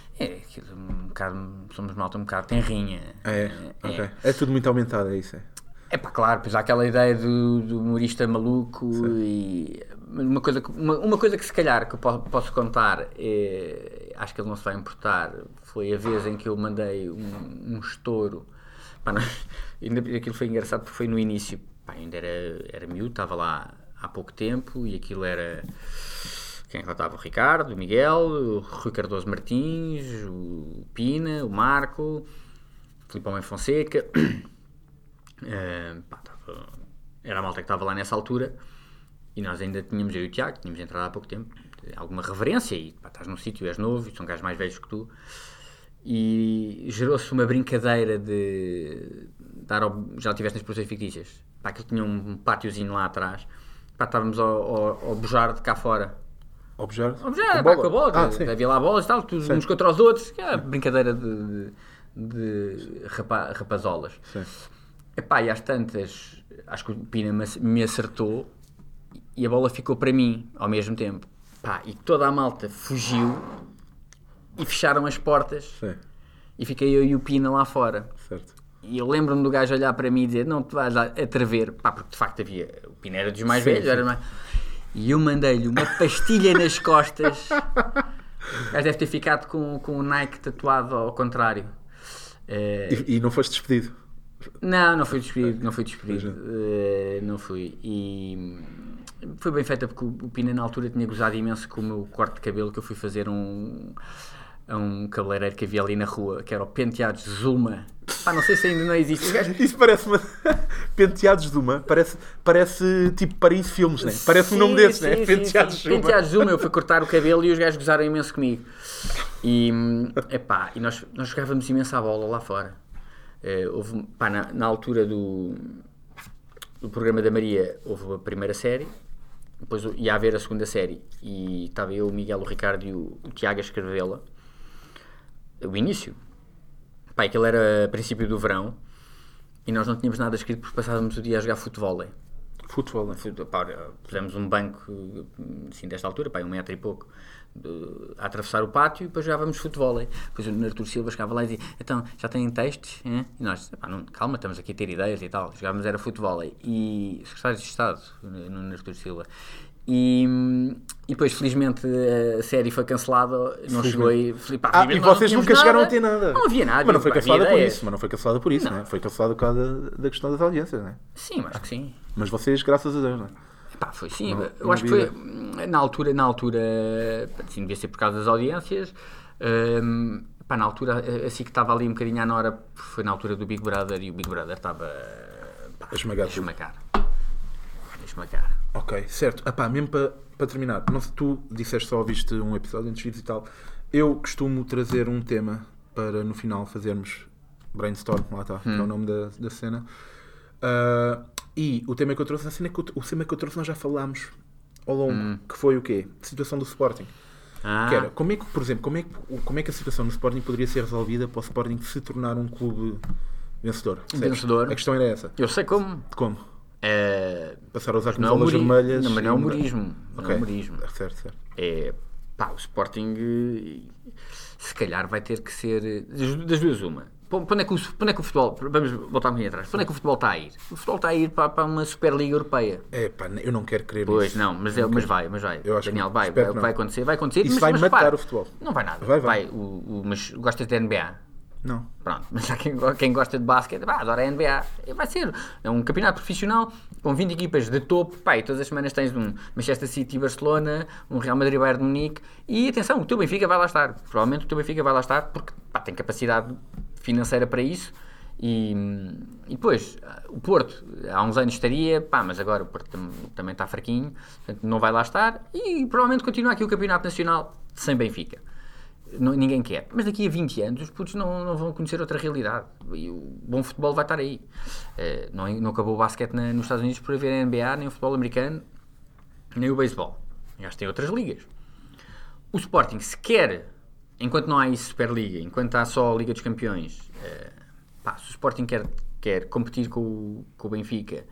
Somos malta um bocado tenrinha. Ok. É tudo muito aumentado, é isso. Claro, pois há aquela ideia do humorista maluco. Sim. E uma coisa que se calhar que eu posso contar, acho que ele não se vai importar, foi a vez em que eu mandei um estouro. Aquilo foi engraçado porque foi no início, ainda era miúdo, estava lá há pouco tempo e aquilo era... Quem é que lá estava? O Ricardo, o Miguel, o Rui Cardoso Martins, o Pina, o Marco, o Filipe Homem Fonseca. Era a malta que estava lá nessa altura e nós ainda tínhamos, eu e o Tiago, tínhamos entrado há pouco tempo, alguma reverência e estás num sítio, és novo e são gajos mais velhos que tu, e gerou-se uma brincadeira de dar já estiveste nas produções fictícias, aquilo tinha um pátiozinho lá atrás, estávamos ao bujar de cá fora. Ao bujar? Com a bola, havia lá bolas e tal, uns contra os outros, que é brincadeira de rapazolas. Sim. E às tantas, acho que o Pina me acertou e a bola ficou para mim ao mesmo tempo. E toda a malta fugiu e fecharam as portas. Sim. E fiquei eu e o Pina lá fora. Certo. E eu lembro-me do gajo olhar para mim e dizer, não, tu vais atrever, porque de facto o Pina era dos mais velhos, era mais... E eu mandei-lhe uma pastilha nas costas. O gajo deve ter ficado com o Nike tatuado ao contrário. E não foste despedido? Não fui despedido. Não fui. E foi bem feita porque o Pina na altura tinha gozado imenso com o meu corte de cabelo que eu fui fazer a um cabeleireiro que havia ali na rua, que era o Penteados Zuma. Não sei se ainda não existe. Isso parece-me... Penteados Zuma, parece tipo Paris Filmes, né? Parece um nome desses, né? Penteados Zuma. Penteados Zuma, eu fui cortar o cabelo e os gajos gozaram imenso comigo. E nós jogávamos imenso à bola lá fora. Houve, na altura do programa da Maria, houve a primeira série, depois ia haver a segunda série e estava eu, o Miguel, o Ricardo e o Tiago a escrevê-la. O início. Aquilo era a princípio do verão e nós não tínhamos nada escrito porque passávamos o dia a jogar futebol. Futebol, né? Pá, pusemos um banco, assim, desta altura, pá, 1 metro e pouco, a atravessar o pátio e depois jogávamos futebol. Depois o Artur Silva chegava lá e dizia, então, já têm textos? E nós, pá, não, calma, estamos aqui a ter ideias e tal. Jogávamos, era futebol. E secretário de Estado, no Artur Silva. E depois, felizmente, a série foi cancelada, não chegou e... Pá, e vocês nunca chegaram a ter nada. Não havia nada. Mas não foi cancelada por isso, não é? Foi cancelada por causa da questão das audiências, não é? Sim, acho que sim. Mas vocês, graças a Deus, não é? Pá, foi sim, Não, eu não acho que havia- foi na altura assim, devia ser por causa das audiências. Pá, na altura, assim que estava ali um bocadinho à Nora, foi na altura do Big Brother e o Big Brother estava pá, A esmagar a tudo. esmagar. Ok, certo. Mesmo para terminar, não sei, tu disseste só ouviste um episódio antes de ir e tal. Eu costumo trazer um tema para no final fazermos brainstorm, lá está, que é o nome da cena. E o tema que eu trouxe, o tema que eu trouxe nós já falámos ao longo, que foi o quê? Situação do Sporting. Que era, como é que, por exemplo, como é que a situação no Sporting poderia ser resolvida para o Sporting se tornar um clube vencedor? Percebes? Vencedor. A questão era essa. Eu sei como. Como? Passar a usar Não é camisolas vermelhas. Não, mas não é humorismo. Não Ok. é humorismo. Certo. Pá, o Sporting se calhar vai ter que ser das duas uma. Para onde é que o futebol, vamos voltar um bocadinho atrás, para onde é que o futebol está a ir? O futebol está a ir para uma Superliga Europeia. Eu não quero crer Pois nisso. não, mas vai. Eu acho Daniel, que- espero que não. vai acontecer. Isso mas vai matar repara, o futebol. Não vai nada. Vai. Mas gostas de NBA? Não. Pronto, mas há quem gosta de basquete, adora a NBA. Vai ser. É um campeonato profissional com 20 equipas de topo. Pá, e todas as semanas tens um Manchester City e Barcelona, um Real Madrid e Bayern de Munique. E atenção, o teu Benfica vai lá estar. Provavelmente o teu Benfica vai lá estar porque pá, tem capacidade financeira para isso. E depois, o Porto, há uns anos estaria, pá, mas agora o Porto também está fraquinho, portanto não vai lá estar. E provavelmente continua aqui o Campeonato Nacional sem Benfica. Ninguém quer. Mas daqui a 20 anos os putos não vão conhecer outra realidade. E o bom futebol vai estar aí. Não acabou o basquete nos Estados Unidos por haver a NBA, nem o futebol americano, nem o beisebol. Já tem outras ligas. O Sporting, se quer, enquanto não há isso Superliga, enquanto há só a Liga dos Campeões, se o Sporting quer competir com o Benfica,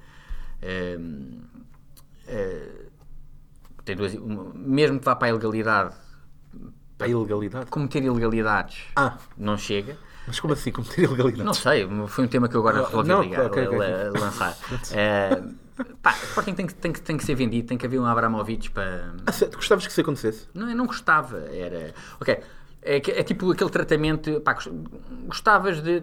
tem mesmo que vá para a ilegalidade, A ilegalidade? cometer ilegalidades, não chega. Mas como assim cometer ilegalidade? Não sei, foi um tema que eu agora resolvi lançar. O Sporting tem que ser vendido, tem que haver um Abramovich para... Tu gostavas que isso acontecesse? Não, eu não gostava, era... Ok, é tipo aquele tratamento, pá, gostavas de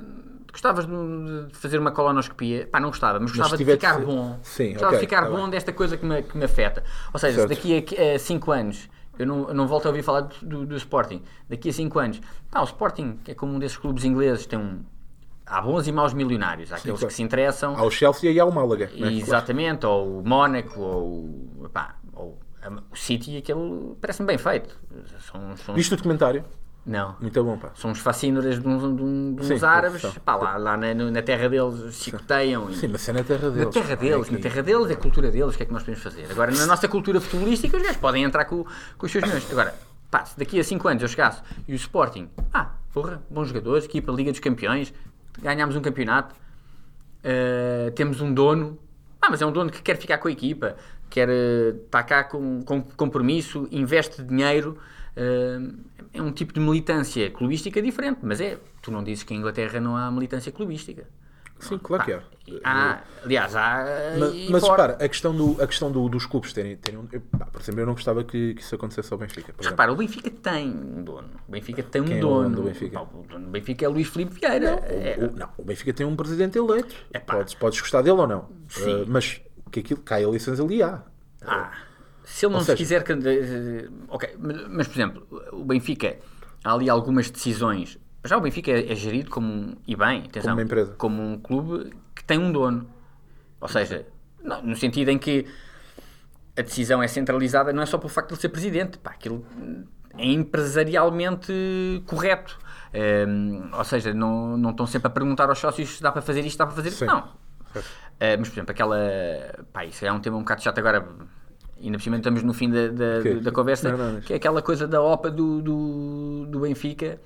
fazer uma colonoscopia, pá, não gostava, mas gostava de ficar bom. Sim, gostava de ficar tá bom bem. desta coisa que me afeta. Ou seja, Certo. se daqui a 5 anos eu não volto a ouvir falar do Sporting, daqui a 5 anos, pá, o Sporting, que é como um desses clubes ingleses, há bons e maus milionários, há aqueles claro. que se interessam. Há o Chelsea e há o Málaga. Não é? Exatamente, ou o Mónaco, ou o City, aquele parece-me bem feito. Viste o documentário? Não. Muito bom, pá. São uns fascínoras de uns Sim, árabes, são. pá, lá na terra deles chicoteiam. Sim, mas é na terra deles. Na terra deles, é a cultura deles, o que é que nós podemos fazer? Agora, na nossa cultura futebolística, os gajos podem entrar com os seus milhões. Agora, pá, se daqui a 5 anos eu chegasse e o Sporting, bons jogadores, equipa Liga dos Campeões, ganhámos um campeonato, temos um dono, mas é um dono que quer ficar com a equipa, está cá com compromisso, investe dinheiro, é um tipo de militância clubística diferente, mas tu não dizes que em Inglaterra não há militância clubística. Sim, claro que há. Aliás, há. Mas repara, a questão dos clubes terem por exemplo, eu não gostava que isso acontecesse ao Benfica. Por exemplo. Repara, o Benfica tem um dono. O Benfica tem um Quem é o dono. dono do Benfica? O dono do Benfica é Luís Filipe Vieira. O Benfica tem um presidente eleito. Epá. Podes gostar dele ou não. Sim. Mas que aquilo, cá eleições ali há. Se ele não Ou se seja- quiser. Ok, mas por exemplo, o Benfica, há ali algumas decisões. Já o Benfica é gerido e bem, atenção, Como uma empresa. como um clube que tem um dono. Ou seja, no sentido em que a decisão é centralizada, não é só pelo facto de ele ser presidente, pá, aquilo é empresarialmente correto. Ou seja, não estão sempre a perguntar aos sócios se dá para fazer isto, dá para fazer isso. Sim. Não. Mas, por exemplo, isso é um tema um bocado chato agora. Ainda por cima estamos no fim da conversa, Não, que é aquela coisa da OPA do Benfica,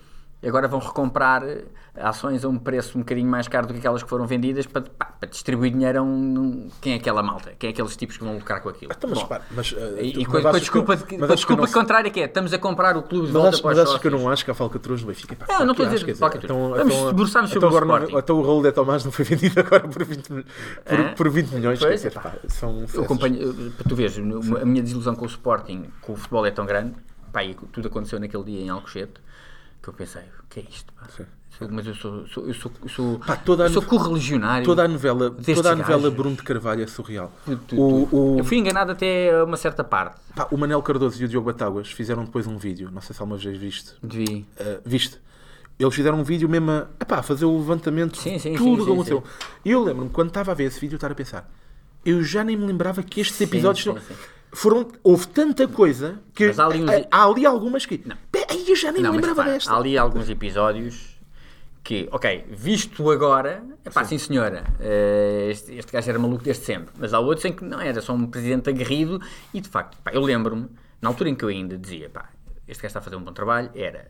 e agora vão recomprar ações a um preço um bocadinho mais caro do que aquelas que foram vendidas para distribuir dinheiro a quem é aquela malta? Quem é aqueles tipos que vão lucrar com aquilo? Então, mas, e com a desculpa contrária que é, estamos a comprar o clube de volta para os sócios. Mas acho que eu não acho que há falcatruas no Benfica. Não estou a dizer falcatruas. Vamos debruçar-nos sobre o Sporting. Então o Raul de Tomás não foi vendido agora por 20 milhões. Pois, são para tu veres, a minha desilusão com o Sporting, com o futebol é tão grande, pá, e tudo aconteceu naquele dia em Alcochete, que eu pensei, o que é isto? Pá? Mas eu sou correligionário. Toda a novela Bruno de Carvalho é surreal. Eu fui enganado até uma certa parte. Pá, o Manel Cardoso e o Diogo Batáguas fizeram depois um vídeo, não sei se alguma vez viste. Viste? Eles fizeram um vídeo mesmo a fazer o levantamento de tudo que aconteceu. E eu lembro-me, quando estava a ver esse vídeo, estar a pensar, eu já nem me lembrava que estes episódios houve tanta coisa que há ali algumas que eu já nem me lembrava desta. Há ali alguns episódios que, ok, visto agora, sim senhora, este gajo era maluco desde sempre, mas há outros em que não era, só um presidente aguerrido e de facto, eu lembro-me, na altura em que eu ainda dizia, este gajo está a fazer um bom trabalho,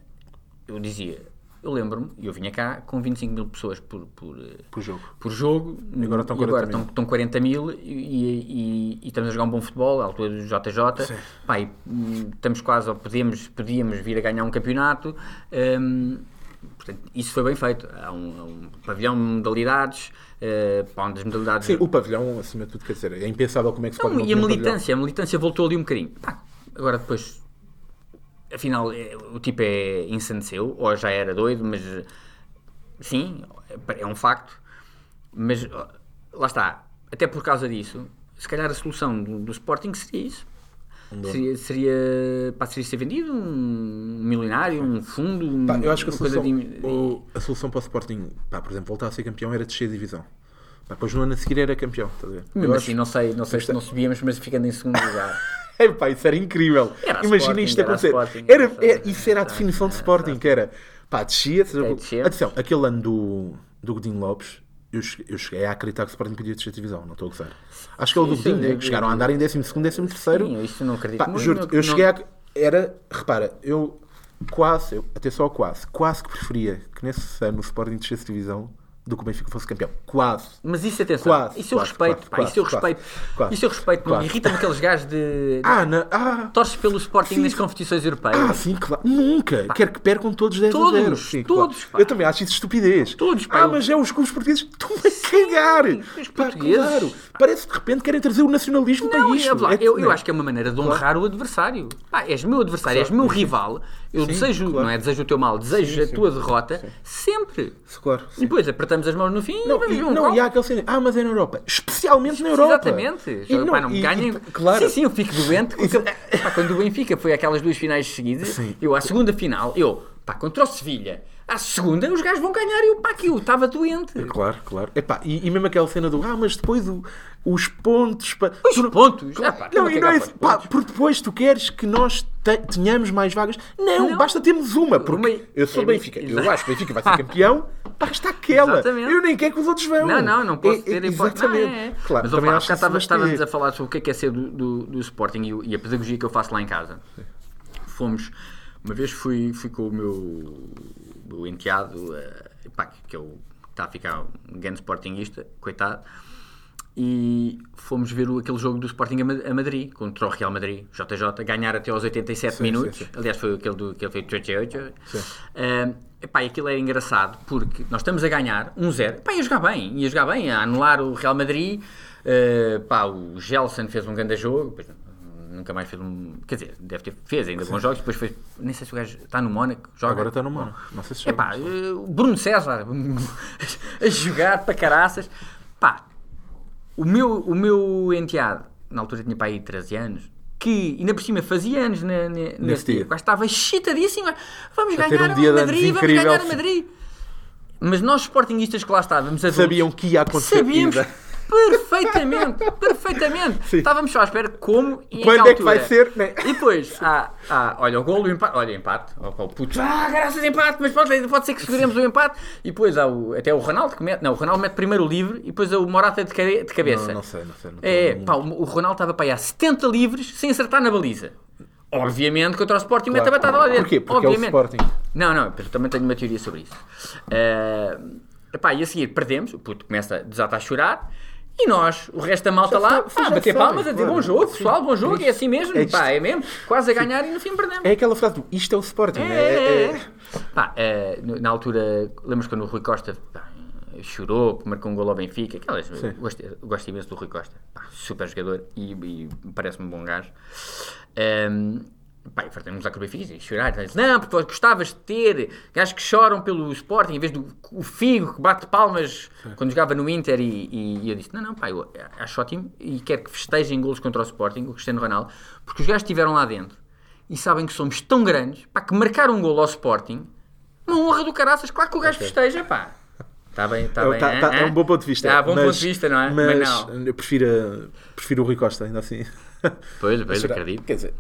eu lembro-me, e eu vinha cá com 25 mil pessoas por jogo. E agora estão 40 mil e estamos a jogar um bom futebol, à altura do JJ. Estamos quase, ou podíamos vir a ganhar um campeonato. Portanto, isso foi bem feito. Há um pavilhão de modalidades, onde as modalidades... Sim, o pavilhão, acima de tudo, quer dizer, é impensável como é que se pode... E a militância voltou ali um bocadinho. Agora depois... Afinal, o tipo ensandeceu, ou já era doido, mas sim, é um facto. Mas lá está, até por causa disso, se calhar a solução do Sporting seria isso. Seria ser vendido um milionário, um fundo. Eu acho que a solução para o Sporting, por exemplo, voltar a ser campeão era descer a divisão. Depois no ano a seguir era campeão. Não sei se não subíamos, mas ficando em segundo lugar. Isso era incrível. Imagina isto acontecer. Isso era a definição de Sporting, que era descia. Atenção, aquele ano do Godinho Lopes, eu cheguei a acreditar que o Sporting podia descer a divisão, não estou a gozar. Acho que é o do Godinho, que chegaram a andar em 12º, 13º. Sim, isso não acredito. Juro-te, eu cheguei a... Repara, eu até só quase que preferia que nesse ano o Sporting descesse a divisão do que o Benfica fosse campeão. Quase. Mas isso, atenção, isso eu respeito. Isso eu respeito. Não irrita-me aqueles gajos de... torces pelo Sporting nas competições europeias. Sim, claro. Nunca. Quero que percam todos 10-0. Sim, todos. Claro. Eu também acho isso estupidez. Todos, mas os clubes portugueses estão a cagar. Os portugueses. Claro. Parece que de repente querem trazer o nacionalismo para isto. Eu acho que é uma maneira de honrar o adversário. És meu adversário, és meu rival. Eu desejo, não é desejo o teu mal, desejo a tua derrota sempre. Claro. E depois apertamos as mãos no fim e vamos ver um copo. E há aquele cena, mas é na Europa. Especialmente na Europa. Exatamente. Não me ganhem. Claro. Sim, eu fico doente. Quando o Benfica foi aquelas duas finais seguidas, à segunda final, contra o Sevilha, à segunda os gajos vão ganhar e eu estava doente. Claro. E mesmo aquela cena do, mas depois os pontos... Os pontos? Porque depois tu queres que nós tenhamos mais vagas. Não, basta termos uma. Porque eu sou Benfica. Eu acho que o Benfica vai ser campeão. Basta aquela. Exatamente. Eu nem quero que os outros vão. Não posso ter hipótese. Exatamente. Claro, mas estávamos a falar sobre o que é ser do Sporting e a pedagogia que eu faço lá em casa. Uma vez fui com o meu enteado, que ele está a ficar um grande sportinguista, coitado, e fomos ver aquele jogo do Sporting a Madrid, contra o Real Madrid, JJ, ganhar até aos 87 minutos. Sim. Aliás, foi aquele que ele fez 38. Aquilo era engraçado, porque nós estamos a ganhar 1-0, ia jogar bem, a anular o Real Madrid, o Gelson fez um grande jogo, depois, nunca mais fez quer dizer, fez ainda bons jogos, depois fez, nem sei se o gajo está no Mónaco, joga. Agora está no Mónaco, não sei se joga. O Bruno César a jogar para caraças. O meu enteado, na altura tinha aí 13 anos, que ainda por cima fazia anos nesse dia, estava excitadíssimo, vamos ganhar a Madrid. Mas nós sportinguistas que lá estávamos, sabiam que ia acontecer. Perfeitamente. Sim. Estávamos só à espera como e quando é que vai ser, né? E depois, olha o golo, o empate. Olha, empate. O puto, graças a empate, mas pode ser que seguremos o empate. E depois há até o Ronaldo que mete. Não, o Ronaldo mete primeiro o livre e depois o Morata de cabeça. Não sei. O Ronaldo estava para aí há 70 livres sem acertar na baliza. Obviamente contra o Sporting mete a batata lá dentro. Porquê? Porque obviamente. é o Sporting. Não, eu também tenho uma teoria sobre isso. Epá, e a seguir perdemos, o puto começa a desatar a chorar e nós, o resto da malta lá, a bater palmas, a dizer bom jogo, pessoal, bom jogo, é assim mesmo, é mesmo, quase a ganhar e no fim perdemos. É aquela frase do isto é o Sporting. Pá, na altura, lembras quando o Rui Costa chorou, marcou um golo ao Benfica, gosto imenso do Rui Costa, pá, super jogador e parece-me um bom gajo. Pá, fartamos-nos à com o Benfica e chorar, não, porque gostavas de ter gajos que choram pelo Sporting em vez do o Figo que bate palmas quando jogava no Inter e eu disse, não pá, eu acho ótimo e quero que festejem golos contra o Sporting, o Cristiano Ronaldo, porque os gajos estiveram lá dentro e sabem que somos tão grandes, pá, que marcar um golo ao Sporting, uma honra do caraças, claro que o gajo festeja, pá. Está bem, é um bom ponto de vista. Bom ponto de vista, não é? Mas não. Eu prefiro o Rui Costa, ainda assim. Pois, acredito. Quer dizer,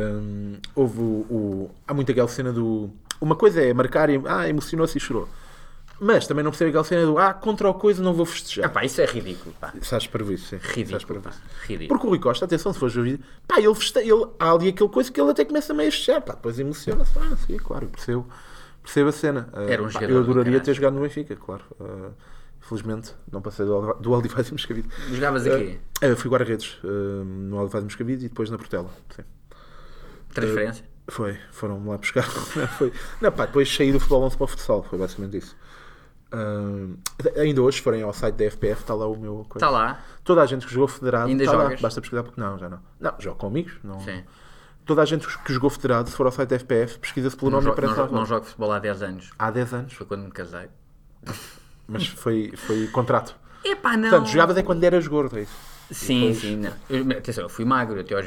há muito aquela cena do... Uma coisa é marcar e... emocionou-se e chorou. Mas também não percebo aquela cena do... contra o coisa não vou festejar. Pá, isso é ridículo, pá. Sabes para isso, sim. Ridículo. Porque o Rui Costa, atenção, se for o vídeo, pá, ele há ali aquele coisa que ele até começa meio a festejar, pá, depois emociona-se, sim, claro, eu percebo a cena. Era um jogador eu adoraria ter jogado no Benfica, claro. Infelizmente não passei do Olivais e Moscavide. Jogavas aqui? Fui guarda-redes no Olivais e Moscavide e depois na Portela. Sim. Transferência? Foram-me lá buscar. Depois saí do futebol 11 para o futsal, foi basicamente isso. Ainda hoje, se forem ao site da FPF, está lá o meu coisa. Está lá? Toda a gente que jogou federado ainda está jogas? lá. Basta pesquisar porque não, já não. Não, jogo com amigos. Não. Sim. Toda a gente que jogou federado, se for ao site da FPF, pesquisa-se pelo nome e aparece lá. Não jogo futebol há 10 anos. Há 10 anos? Foi quando me casei. Mas foi contrato. Epá, não. Portanto, jogavas é quando eras gordo, é isso? Sim, não. Atenção, eu fui magro até aos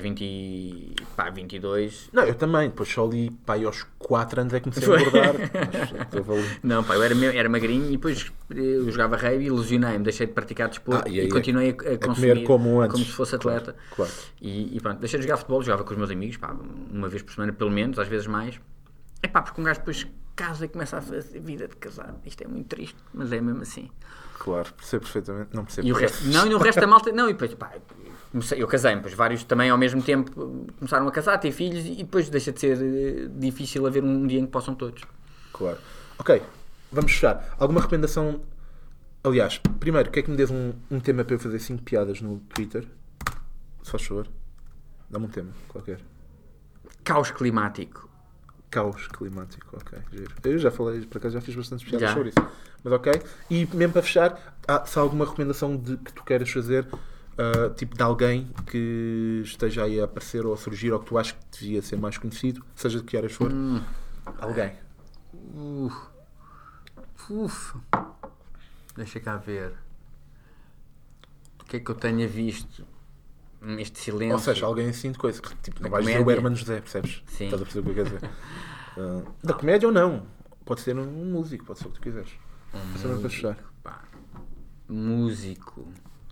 22. Não, eu também. Depois só ali, aos 4 anos é que comecei a engordar. Não, pá, eu era magrinho e depois eu jogava rugby e lesionei-me, deixei de praticar desporto e continuei a consumir como se fosse atleta. Claro. E pronto, deixei de jogar futebol, jogava com os meus amigos, pá, uma vez por semana pelo menos, às vezes mais. É pá, porque um gajo depois casa e começa a fazer vida de casado. Isto é muito triste, mas é mesmo assim. Claro, percebo perfeitamente. Não percebo. E o resto, e o resto da malta. Não, e depois, pá, eu casei-me, depois vários também ao mesmo tempo começaram a casar, a ter filhos e depois deixa de ser difícil haver um dia em que possam todos. Claro. Ok, vamos fechar. Alguma recomendação? Aliás, primeiro, quer que me dês um tema para eu fazer 5 piadas no Twitter? Se faz favor. Dá-me um tema, qualquer. Caos climático. Caos climático, ok, giro. Eu já falei, por acaso já fiz bastantes piadas sobre isso. Mas ok. E mesmo para fechar, se há alguma recomendação que tu queiras fazer, tipo de alguém que esteja aí a aparecer ou a surgir ou que tu achas que devia ser mais conhecido, seja de que áreas for. Alguém. Deixa cá ver. O que é que eu tenha visto? Este silêncio. Ou seja, alguém assim de coisa. Tipo, não vais comédia. dizer o Hermano José, percebes? Sim. Estás a perceber o que eu quero dizer? Da comédia ou não. Pode ser um músico, pode ser o que tu quiseres. Para fechar. Músico.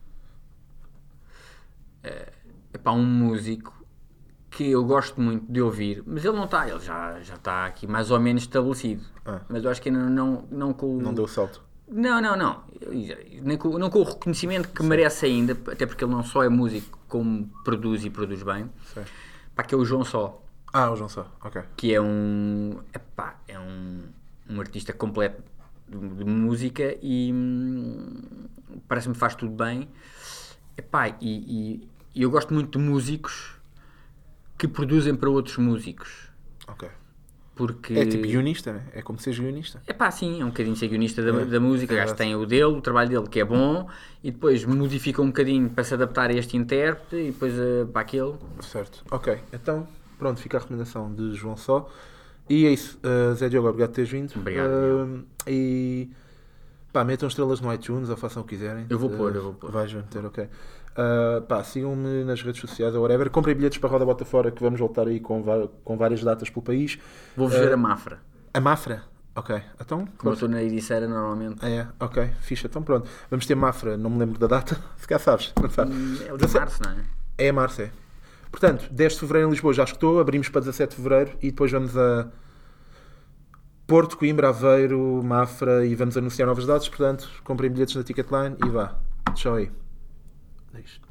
Epá, um músico que eu gosto muito de ouvir, mas ele não está, ele já está aqui mais ou menos estabelecido. Mas eu acho que ainda não com o... Não deu o salto. Não. Não com o reconhecimento que merece ainda, até porque ele não só é músico, como produz e produz bem. Sim. Pá, que é o João Só. O João Só, ok. Que é um artista completo de música e parece-me que faz tudo bem. Epá, e eu gosto muito de músicos que produzem para outros músicos. Ok. Porque... É tipo guionista, né? É como ser guionista. É pá, sim, é um bocadinho ser guionista da música. O gajo tem o dele, o trabalho dele que é bom, e depois modifica um bocadinho para se adaptar a este intérprete e depois para aquele. Certo, ok. Então, pronto, fica a recomendação de João Só. E é isso. Zé Diogo, obrigado por teres vindo. Obrigado. E pá, metam estrelas no iTunes ou façam o que quiserem. Eu vou pôr. Vais meter, ok. Sigam-me nas redes sociais ou whatever. Comprem bilhetes para a Roda Bota Fora que vamos voltar aí com várias datas pelo país. Vou ver a Mafra. A Mafra? Ok. Então, como eu estou na Ericeira normalmente. Ok. Ficha. Então pronto. Vamos ter Mafra. Não me lembro da data. Se calhar sabes. Não sabes. É o de março, não é? É março, é. Portanto, 10 de Fevereiro em Lisboa já escutou. Abrimos para 17 de Fevereiro e depois vamos a Porto, Coimbra, Aveiro, Mafra e vamos anunciar novas datas. Portanto, comprem bilhetes na Ticketline e vá. Tchau aí. É isto.